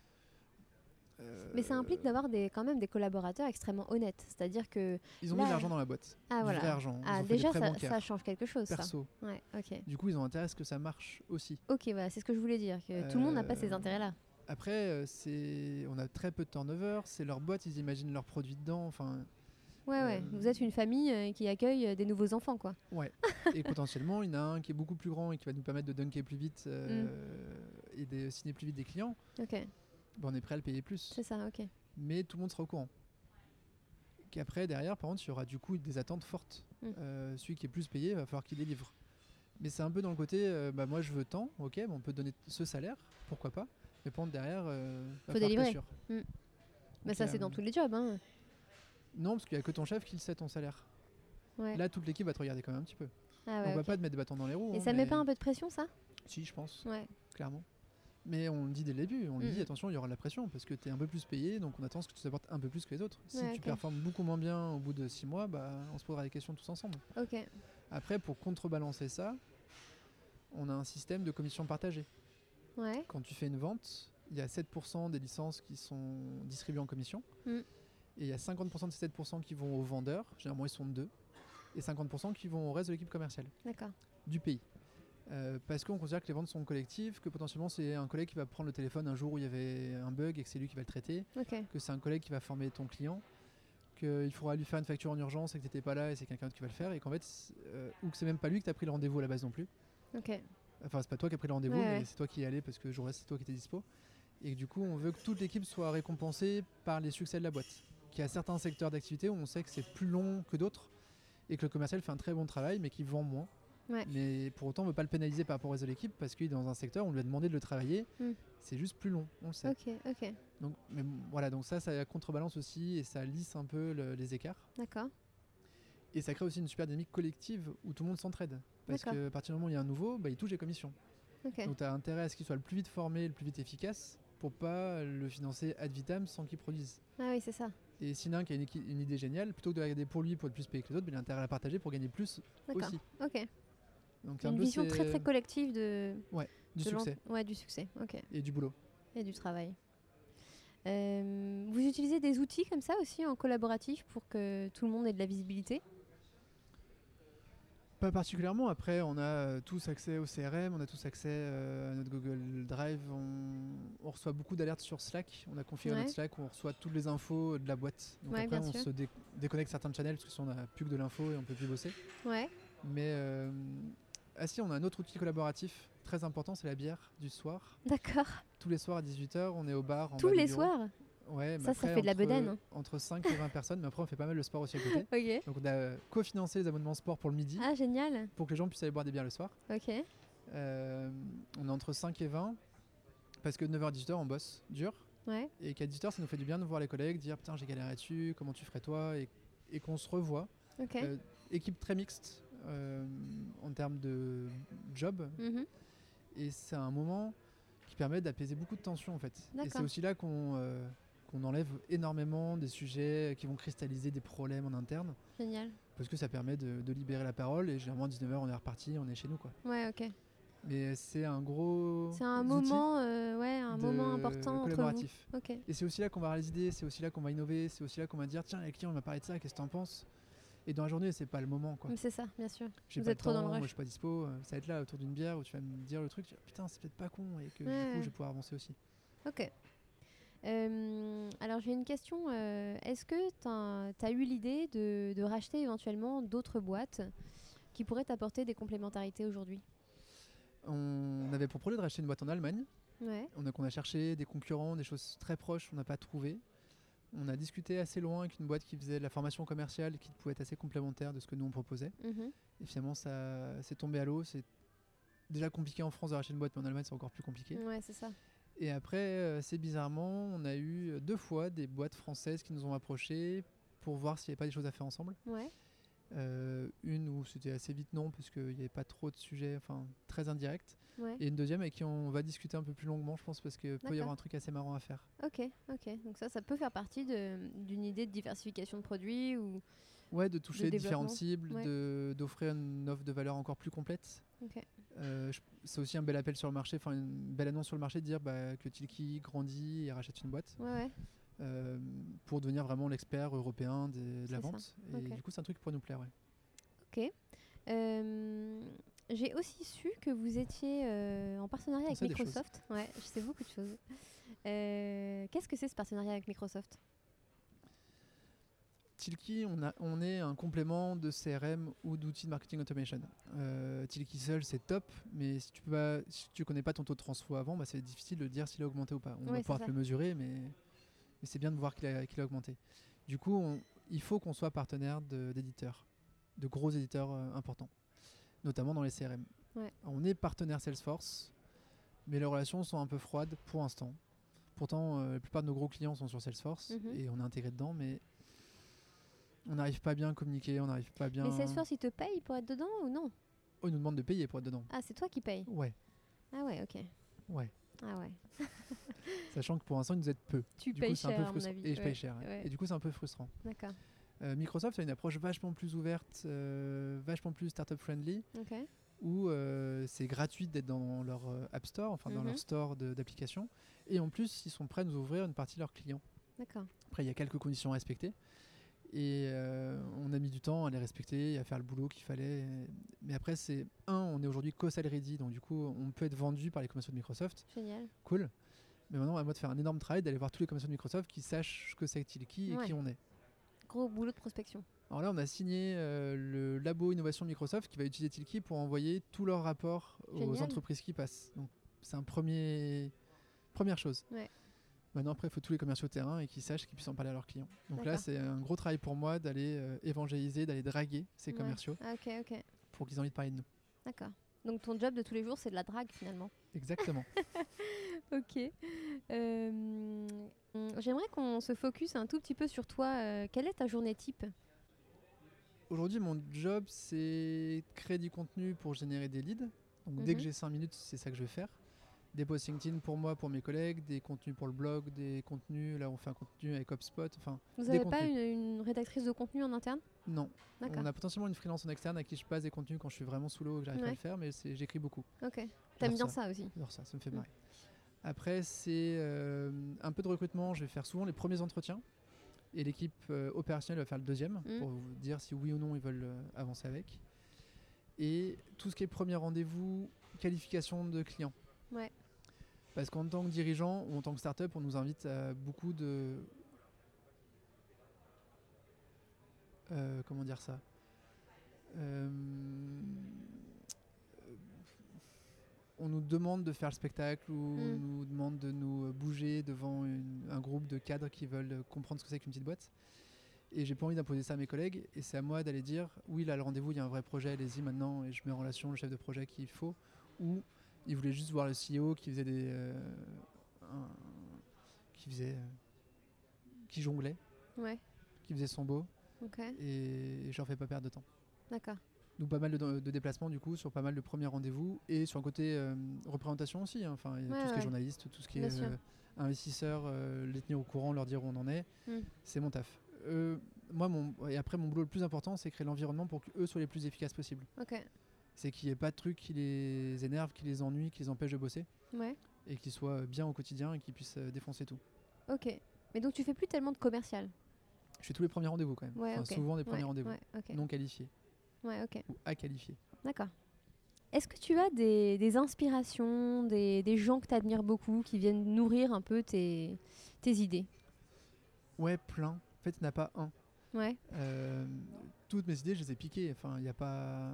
Euh, Mais ça implique d'avoir des, quand même des collaborateurs extrêmement honnêtes. C'est-à-dire que. Ils ont là- mis de l'argent dans la boîte. Ah du voilà. vrai argent. Ils Ah, ont fait déjà, des prêts ça, bancaires, ça change quelque chose. Ça. perso. Ouais, ok. Du coup, ils ont intérêt à ce que ça marche aussi. Ok, voilà, c'est ce que je voulais dire. Que tout le monde n'a pas ces Euh, intérêts-là. Après, euh, c'est, on a très peu de turnover. C'est leur boîte, ils imaginent leurs produits dedans. Enfin, Ouais, ouais. euh, Vous êtes une famille euh, qui accueille euh, des nouveaux enfants, quoi. ouais. Et potentiellement, il y en a un qui est beaucoup plus grand et qui va nous permettre de dunker plus vite euh, Mm. et de signer plus vite des clients. Ok, Ben, on est prêt à le payer plus. c'est ça, ok. Mais tout le monde sera au courant. Qu'après, derrière, par contre, il y aura du coup des attentes fortes. Mm. Euh, celui qui est plus payé, va falloir qu'il délivre. Mais c'est un peu dans le côté, euh, bah moi je veux tant, ok, bah on peut donner ce salaire, pourquoi pas. Mais par contre, derrière, euh, va Faut falloir que délivrer. t'assures. Mm. Donc, Bah, ça, il y a- c'est dans tous les jobs, hein. Non, parce qu'il n'y a que ton chef qui le sait ton salaire. Ouais. Là, toute l'équipe va te regarder quand même un petit peu. Ah on ouais, va ok. pas te mettre des bâtons dans les roues. Et hein, ça mais- met pas un peu de pression, ça? Si, je pense, Ouais. clairement. Mais on le dit dès le début, on le Mm. dit, attention, il y aura de la pression, parce que tu es un peu plus payé, donc on attend ce que tu apportes un peu plus que les autres. Si Ouais, tu ok. performes beaucoup moins bien au bout de six mois, bah, on se posera des questions tous ensemble. Ok. Après, pour contrebalancer ça, on a un système de commission partagée. Ouais. Quand tu fais une vente, il y a sept pour cent des licences qui sont distribuées en commission. Mm. Et il y a cinquante pour cent de ces sept pour cent qui vont aux vendeurs, généralement ils sont deux, et cinquante pour cent qui vont au reste de l'équipe commerciale D'accord. du pays. Euh, parce qu'on considère que les ventes sont collectives, que potentiellement c'est un collègue qui va prendre le téléphone un jour où il y avait un bug et que c'est lui qui va le traiter, Ok. que c'est un collègue qui va former ton client, qu'il faudra lui faire une facture en urgence et que tu n'étais pas là et c'est quelqu'un d'autre qui va le faire, et qu'en fait, euh, ou que c'est même pas lui qui t'a pris le rendez-vous à la base non plus. Ok. Enfin, c'est pas toi qui as pris le rendez-vous, Ouais, mais ouais. c'est toi qui y allais parce que le jour reste, c'est toi qui étais dispo. Et que du coup, on veut que toute l'équipe soit récompensée par les succès de la boîte. Qu'il y a certains secteurs d'activité où on sait que c'est plus long que d'autres et que le commercial fait un très bon travail, mais qu'il vend moins. Ouais. Mais pour autant, on ne veut pas le pénaliser par rapport au reste de l'équipe parce qu'il est dans un secteur, on lui a demandé de le travailler. Mm. C'est juste plus long, on le sait. Ok, ok. Donc, mais bon, voilà, donc ça, ça contrebalance aussi et ça lisse un peu le- les écarts. D'accord. Et ça crée aussi une super dynamique collective où tout le monde s'entraide. Parce D'accord. qu'à partir du moment où il y a un nouveau, bah, il touche les commissions. Ok. Donc tu as intérêt à ce qu'il soit le plus vite formé, le plus vite efficace, pour pas le financer ad vitam sans qu'il produise. Ah oui, c'est ça. Et s'il y en a un qui a une, équi- une idée géniale, plutôt que de la garder pour lui pour être plus payé que les autres, bah, il a intérêt à la partager pour gagner plus D'accord. aussi. Ok. Donc c'est un Une peu vision c'est très très collective de. du de l'en- succès Ouais, du succès. Ok. et du boulot. Et du travail. Euh, vous utilisez des outils comme ça aussi en collaboratif pour que tout le monde ait de la visibilité? Pas particulièrement. Après, on a euh, tous accès au C R M, on a tous accès euh, à notre Google Drive. On, on reçoit beaucoup d'alertes sur Slack. On a configuré Ouais. notre Slack où on reçoit toutes les infos de la boîte. Donc Ouais, après, bien on sûr. se dé- déconnecte certains channels parce que sinon on n'a plus que de l'info et on peut plus bosser. Ouais, Mais euh, ah si, on a un autre outil collaboratif très important, c'est la bière du soir. d'accord. Tous les soirs à dix-huit heures, on est au bar en Tous bas du les bureau. soirs. Ouais, mais Ça, ça après, fait de la entre- bedaine, hein. Entre cinq et vingt personnes, mais après on fait pas mal de sport aussi à côté. Ok. Donc on a cofinancé les abonnements sport pour le midi Ah, génial. pour que les gens puissent aller boire des bières le soir. Ok. Euh, on est entre cinq et vingt parce que de neuf heures à dix-huit heures on bosse dur Ouais. et qu'à dix-huit heures ça nous fait du bien de voir les collègues, dire putain j'ai galéré dessus, comment tu ferais toi et, et qu'on se revoit. Ok. Euh, équipe très mixte euh, en termes de job Mhm. et c'est un moment qui permet d'apaiser beaucoup de tensions en fait. Et D'accord. c'est aussi là qu'on euh, qu'on enlève énormément des sujets qui vont cristalliser des problèmes en interne Génial. parce que ça permet de, de libérer la parole et généralement à dix-neuf heures on est reparti, on est chez nous quoi. Ouais, ok. Mais c'est un gros C'est un outil moment, euh, ouais, un de moment important entre vous. collaboratif. Ok. Et c'est aussi là qu'on va avoir les idées, c'est aussi là qu'on va innover, c'est aussi là qu'on va dire tiens, le client il m'a parlé de ça, qu'est-ce que t'en penses? Et dans la journée, c'est pas le moment quoi. Mais c'est ça, bien sûr. J'ai Vous pas êtes le trop temps, dans le moi rush. je suis pas dispo, euh, ça va être là autour d'une bière où tu vas me dire le truc, tu vas, putain, c'est peut-être pas con et que Ouais, du coup ouais. je vais pouvoir avancer aussi. Ok. Euh, alors j'ai une question. euh, Est-ce que tu as eu l'idée de, de racheter éventuellement d'autres boîtes qui pourraient t'apporter des complémentarités aujourd'hui? On avait pour projet de racheter une boîte en Allemagne. Ouais. On a, qu'on a cherché des concurrents, des choses très proches, on n'a pas trouvé. On a discuté assez loin avec une boîte qui faisait de la formation commerciale qui pouvait être assez complémentaire de ce que nous on proposait. Mhm. Et finalement, ça c'est tombé à l'eau. C'est déjà compliqué en France de racheter une boîte, mais en Allemagne, c'est encore plus compliqué. Ouais, c'est ça. Et après, euh, c'est bizarrement, on a eu deux fois des boîtes françaises qui nous ont approchés pour voir s'il n'y avait pas des choses à faire ensemble. Ouais. Euh, une où c'était assez vite non, parce qu'il n'y avait pas trop de sujets, enfin très indirect. Ouais. Et une deuxième avec qui on va discuter un peu plus longuement, je pense, parce qu'il peut y D'accord. avoir un truc assez marrant à faire. Ok, ok. Donc ça, ça peut faire partie de- d'une idée de diversification de produits ou. Ouais, de toucher De différentes développement. cibles, Ouais. de, d'offrir une offre de valeur encore plus complète. Ok. Euh, je- c'est aussi un bel appel sur le marché, enfin une belle annonce sur le marché de dire bah, que Tilki grandit et rachète une boîte Ouais, ouais. euh, pour devenir vraiment l'expert européen des- de la C'est ça. vente. Et Ok. du coup, c'est un truc qui pourrait nous plaire. Ouais. Ok. Euh, j'ai aussi su que vous étiez euh, en partenariat On avec sait des choses. Microsoft. Ouais, je sais beaucoup de choses. Euh, Qu'est-ce que c'est ce partenariat avec Microsoft? Tilki, on, a, on est un complément de C R M ou d'outils de marketing automation. Euh, Tilki seul, c'est top, mais si tu peux pas, si tu connais pas ton taux de transfo avant, bah, c'est difficile de dire s'il a augmenté ou pas. On Ouais, va c'est pouvoir ça. te le mesurer, mais, mais c'est bien de voir qu'il a, qu'il a augmenté. Du coup, on- il faut qu'on soit partenaire de- d'éditeurs, de gros éditeurs euh, importants, notamment dans les C R M. Ouais. On est partenaire Salesforce, mais les relations sont un peu froides pour l'instant. Pourtant, euh, la plupart de nos gros clients sont sur Salesforce Mhm. et on est intégré dedans, mais on n'arrive pas bien à communiquer, on n'arrive pas bien. Mais Salesforce, ils te payent pour être dedans ou non? Oh, ils nous demandent de payer pour être dedans. Ah, c'est toi qui payes. Ouais, Ah ouais, ok. ouais. Ah ouais. Sachant que pour l'instant, ils nous aident peu. Tu Du payes coup, c'est un cher, peu à mon frustrant. avis. Et je Ouais, paye cher. ouais. ouais. Et du coup, c'est un peu frustrant. D'accord. Euh, Microsoft a une approche vachement plus ouverte, euh, vachement plus startup friendly, Ok. où euh, c'est gratuit d'être dans leur euh, App Store, enfin dans Mhm. leur store de- d'applications. Et en plus, ils sont prêts à nous ouvrir une partie de leurs clients. D'accord. Après, il y a quelques conditions à respecter. Et euh, on a mis du temps à les respecter et à faire le boulot qu'il fallait. Mais après, c'est un, on est aujourd'hui co-sell ready, donc du coup, on peut être vendu par les commerciaux de Microsoft. Génial. Cool. Mais maintenant, à moi de faire un énorme travail d'aller voir tous les commerciaux de Microsoft qui sachent ce que c'est que Tilki et Ouais. qui on est. Gros boulot de prospection. Alors là, on a signé euh, le labo innovation Microsoft qui va utiliser Tilki pour envoyer tous leurs rapports aux Génial. entreprises qui passent. Donc, c'est un premier première chose. Ouais. Maintenant, après, il faut tous les commerciaux terrain et qu'ils sachent qu'ils puissent en parler à leurs clients. Donc là, D'accord. c'est un gros travail pour moi d'aller euh, évangéliser, d'aller draguer ces Ouais. commerciaux Ah, ok, ok. pour qu'ils aient envie de parler de nous. D'accord. Donc ton job de tous les jours, c'est de la drague finalement. Exactement. Ok. Euh, J'aimerais qu'on se focus un tout petit peu sur toi. Euh, quelle est ta journée type? Aujourd'hui, mon job, c'est créer du contenu pour générer des leads. Donc, dès Mhm. que j'ai cinq minutes, c'est ça que je vais faire. Des posts LinkedIn pour moi, pour mes collègues, des contenus pour le blog, des contenus. Là, on fait un contenu avec HubSpot. Enfin, Vous des n'avez pas contenus. une, une rédactrice de contenu en interne? Non. D'accord. On a potentiellement une freelance en externe à qui je passe des contenus quand je suis vraiment sous l'eau et que j'arrive pas à Ouais. le faire, mais c'est- j'écris beaucoup. Ok. T'aimes J'adore bien ça. ça aussi? J'adore ça, ça me fait Mm. marrer. Après, c'est euh, un peu de recrutement. Je vais faire souvent les premiers entretiens. Et l'équipe euh, opérationnelle va faire le deuxième Mm. pour vous dire si oui ou non ils veulent euh, avancer avec. Et tout ce qui est premier rendez-vous, qualification de client. Ouais. Parce qu'en tant que dirigeant ou en tant que start-up, on nous invite à beaucoup de... Euh, comment dire ça euh, On nous demande de faire le spectacle ou Mm. on nous demande de nous bouger devant une- un groupe de cadres qui veulent comprendre ce que c'est qu'une petite boîte. Et j'ai pas envie d'imposer ça à mes collègues. Et c'est à moi d'aller dire, oui, là, le rendez-vous, il y a un vrai projet, allez-y maintenant. Et je mets en relation le chef de projet qu'il faut. Ou il voulait juste voir le C E O qui faisait des... euh, un- qui faisait... euh, qui jonglait, Ouais, qui faisait son beau. ok, Et je leur fais pas perdre de temps. d'accord. Donc pas mal de, de déplacements du coup sur pas mal de premiers rendez-vous et sur un côté euh, représentation aussi, hein. Enfin, il y a Ouais, tout ce qui est ouais. journaliste, tout ce qui Bien est sûr. euh, investisseurs, euh, les tenir au courant, leur dire où on en est, Mm. c'est mon taf. Euh, moi, mon, et après mon boulot le plus important, c'est créer l'environnement pour qu'eux soient les plus efficaces possibles. Ok, C'est qu'il n'y ait pas de trucs qui les énervent, qui les ennuient, qui les empêchent de bosser ouais, et qu'ils soient bien au quotidien et qu'ils puissent euh, défoncer tout. ok. Mais donc tu fais plus tellement de commercial. Je fais tous les premiers rendez-vous quand même, Ouais, Enfin, ok. souvent des premiers Ouais, rendez-vous, ouais, ok. non qualifiés Ouais, ok. ou à qualifier. D'accord. Est-ce que tu as des, des inspirations, des, des gens que tu admires beaucoup, qui viennent nourrir un peu tes, tes idées? Ouais, plein. En fait, il n'y en a pas un. Ouais, Euh, toutes mes idées, je les ai piquées. Enfin, il n'y a pas.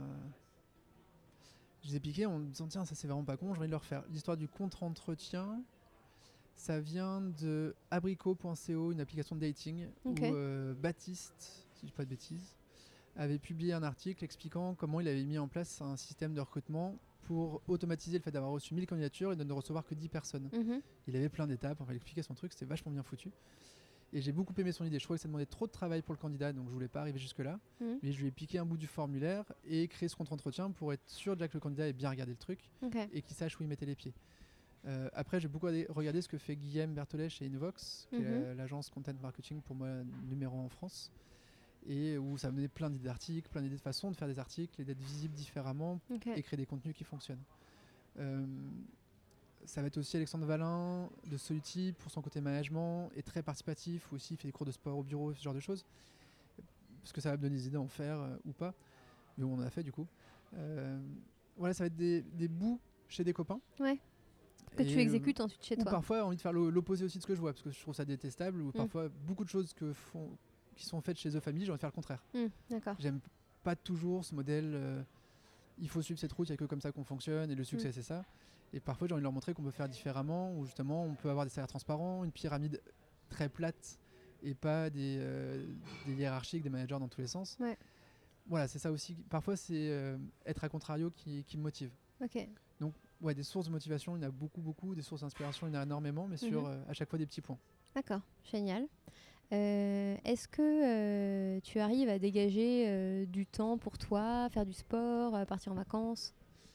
Je les ai piquées en me disant, tiens, ça c'est vraiment pas con, j'ai envie de le refaire. L'histoire du contre-entretien, ça vient de abricot point co, une application de dating, Ok. où euh, Baptiste, si je dis pas de bêtises, avait publié un article expliquant comment il avait mis en place un système de recrutement pour automatiser le fait d'avoir reçu mille candidatures et de ne recevoir que dix personnes. Mhm. Il avait plein d'étapes, enfin, il expliquait son truc, c'était vachement bien foutu. Et j'ai beaucoup aimé son idée. Je trouvais que ça demandait trop de travail pour le candidat, donc je voulais pas arriver jusque-là. Mhm. Mais je lui ai piqué un bout du formulaire et créé ce contre-entretien pour être sûr déjà que le candidat ait bien regardé le truc Ok. et qu'il sache où il mettait les pieds. Euh, après, j'ai beaucoup regardé ce que fait Guillaume Berthollet chez Invox, qui Mhm. est l'agence content marketing pour moi numéro un en France, et où ça me donnait plein d'idées d'articles, plein d'idées de façons de faire des articles et d'être visible différemment Ok. et créer des contenus qui fonctionnent. Euh, ça va être aussi Alexandre Valin de Soluti pour son côté management et très participatif, où aussi il fait des cours de sport au bureau, ce genre de choses, parce que ça va me donner des idées à en faire euh, ou pas, mais on en a fait du coup. Euh, voilà, ça va être des, des bouts chez des copains. Ouais. Que Et, tu euh, exécutes ensuite chez ou toi. parfois envie de faire le- l'opposé aussi de ce que je vois, parce que je trouve ça détestable, ou Mm. parfois beaucoup de choses que font, qui sont faites chez The Family, j'ai envie de faire le contraire. Mm. D'accord. J'aime pas toujours ce modèle, euh, il faut suivre cette route, il n'y a que comme ça qu'on fonctionne, et le succès Mm. c'est ça. Et parfois j'ai envie de leur montrer qu'on peut faire différemment, où justement on peut avoir des salaires transparents, une pyramide très plate, et pas des, euh, des hiérarchies avec des managers dans tous les sens. Ouais. Voilà, c'est ça aussi. Parfois c'est euh, être à contrario qui, qui me motive. Ok. Ouais, des sources de motivation, il y en a beaucoup, beaucoup. Des sources d'inspiration, il y en a énormément, mais sur Mhm. euh, à chaque fois des petits points. D'accord. Génial. Euh, Est-ce que euh, tu arrives à dégager euh, du temps pour toi, faire du sport, euh, partir en vacances?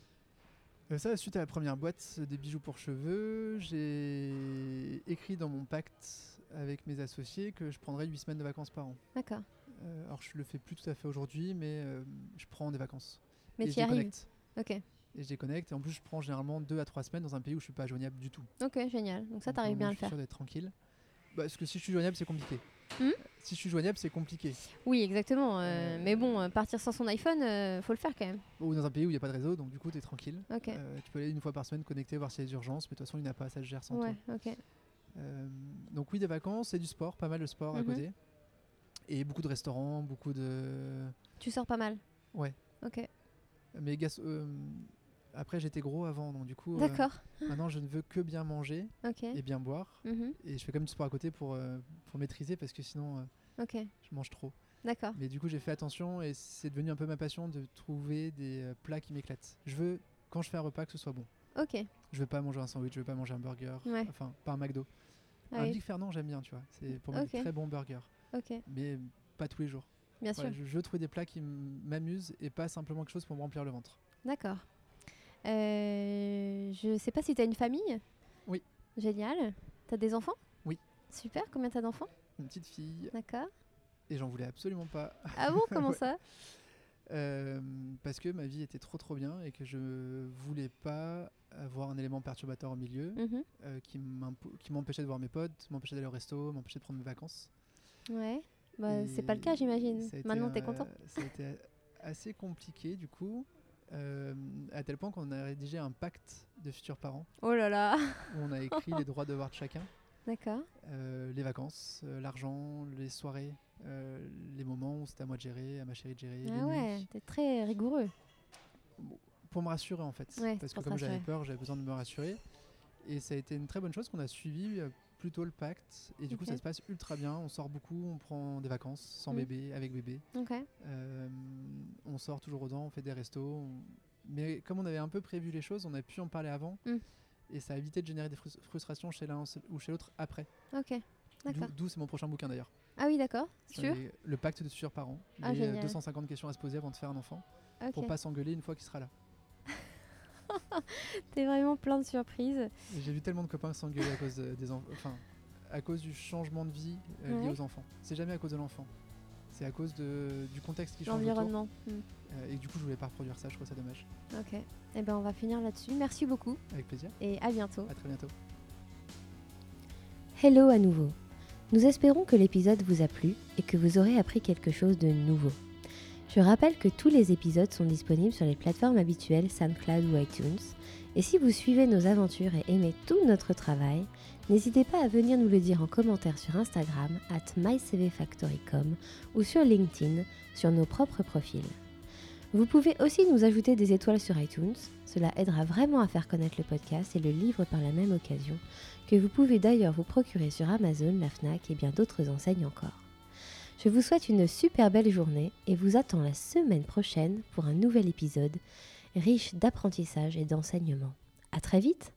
Euh, ça, suite à la première boîte des bijoux pour cheveux, j'ai écrit dans mon pacte avec mes associés que je prendrais huit semaines de vacances par an. D'accord. Euh, alors, je le fais plus tout à fait aujourd'hui, mais euh, je prends des vacances. Mais et tu je y arrives. déconnecte. Ok. Et je déconnecte. Et en plus, je prends généralement deux à trois semaines dans un pays où je suis pas joignable du tout. Ok, génial. Donc ça, Donc, t'arrives au bien moins, à le je suis faire. sûr d'être tranquille. Bah, parce que si je suis joignable, c'est compliqué. Hmm si je suis joignable, c'est compliqué. Oui, exactement. euh, Euh, Mais bon, euh, partir sans son iPhone, euh, faut le faire quand même. Ou dans un pays où il n'y a pas de réseau, donc du coup, tu es tranquille. Ok. Euh, tu peux aller une fois par semaine connecter, voir s'il y a des urgences, mais de toute façon, il n'y en a pas, ça se gère sans Ouais, toi. ok. Euh, donc oui, des vacances et du sport, pas mal de sport à Mhm. côté. Et beaucoup de restaurants, beaucoup de... Tu sors pas mal. Ouais. Ok. Mais gas- euh, après, j'étais gros avant, donc du coup, euh, D'accord. maintenant, je ne veux que bien manger Ok. et bien boire. Mhm. Et je fais quand même du sport à côté pour, euh, pour maîtriser, parce que sinon, euh, Ok. je mange trop. D'accord. Mais du coup, j'ai fait attention et c'est devenu un peu ma passion de trouver des euh, plats qui m'éclatent. Je veux, quand je fais un repas, que ce soit bon. Ok. Je veux pas manger un sandwich, je veux pas manger un burger, Ouais. enfin pas un McDo. Ah un oui. Big Fernand, j'aime bien, tu vois. C'est pour moi Ok. des très bons burgers, Ok. mais pas tous les jours. Bien Voilà, sûr. je, je veux trouver des plats qui m- m'amusent et pas simplement quelque chose pour me remplir le ventre. D'accord. Euh, je sais pas si t'as une famille. Oui. Génial. T'as des enfants? Oui. Super. Combien t'as d'enfants? Une petite fille, D'accord. et j'en voulais absolument pas. Ah bon? Comment Ouais. ça? Euh, parce que ma vie était trop trop bien et que je voulais pas avoir un élément perturbateur au milieu Mhm. euh, qui m'impo- qui m'empêchait de voir mes potes, m'empêchait d'aller au resto, m'empêchait de prendre mes vacances. Ouais. Bah, Et c'est pas le cas, j'imagine. ça a été Maintenant, un- t'es content? Ça a été assez compliqué du coup. Euh, à tel point qu'on a rédigé un pacte de futurs parents Oh là là. où on a écrit les droits devoirs de chacun, D'accord. euh, les vacances, euh, l'argent, les soirées, euh, les moments où c'était à moi de gérer, à ma chérie de gérer, les Ah ouais, nuits. t'es très rigoureux. Bon, pour me rassurer en fait, Ouais, parce pour que te comme j'avais rassurer. peur, j'avais besoin de me rassurer. Et ça a été une très bonne chose qu'on a suivi euh, plutôt le pacte. Et du Ok. coup, ça se passe ultra bien. On sort beaucoup, on prend des vacances sans Mm. bébé, avec bébé. Ok. Euh, on sort toujours aux dents, on fait des restos. on- Mais comme on avait un peu prévu les choses, on a pu en parler avant. Mm. Et ça a évité de générer des frus- frustrations chez l'un ou chez l'autre après. Ok. D'où, D'accord. d'où c'est mon prochain bouquin d'ailleurs. Ah oui, d'accord. Sûr. C'est le pacte de futurs parents. Ah, les euh, génial. deux cent cinquante questions à se poser avant de faire un enfant. Ok. Pour pas s'engueuler une fois qu'il sera là. T'es vraiment plein de surprises. Et j'ai vu tellement de copains s'engueuler à cause de- des enfants. Enfin, à cause du changement de vie euh, lié Ouais. aux enfants. C'est jamais à cause de l'enfant. C'est à cause de, du contexte qui change autour. L'environnement. Mm. Euh, et du coup, je voulais pas reproduire ça, je trouve ça dommage. Ok. Eh ben, on va finir là-dessus. Merci beaucoup Avec plaisir. et à bientôt. À très bientôt. Hello à nouveau. Nous espérons que l'épisode vous a plu et que vous aurez appris quelque chose de nouveau. Je rappelle que tous les épisodes sont disponibles sur les plateformes habituelles SoundCloud ou iTunes. Et si vous suivez nos aventures et aimez tout notre travail, n'hésitez pas à venir nous le dire en commentaire sur Instagram at my c v factory point com ou sur LinkedIn sur nos propres profils. Vous pouvez aussi nous ajouter des étoiles sur iTunes, cela aidera vraiment à faire connaître le podcast et le livre par la même occasion, que vous pouvez d'ailleurs vous procurer sur Amazon, la Fnac et bien d'autres enseignes encore. Je vous souhaite une super belle journée et vous attends la semaine prochaine pour un nouvel épisode riche d'apprentissage et d'enseignement. À très vite!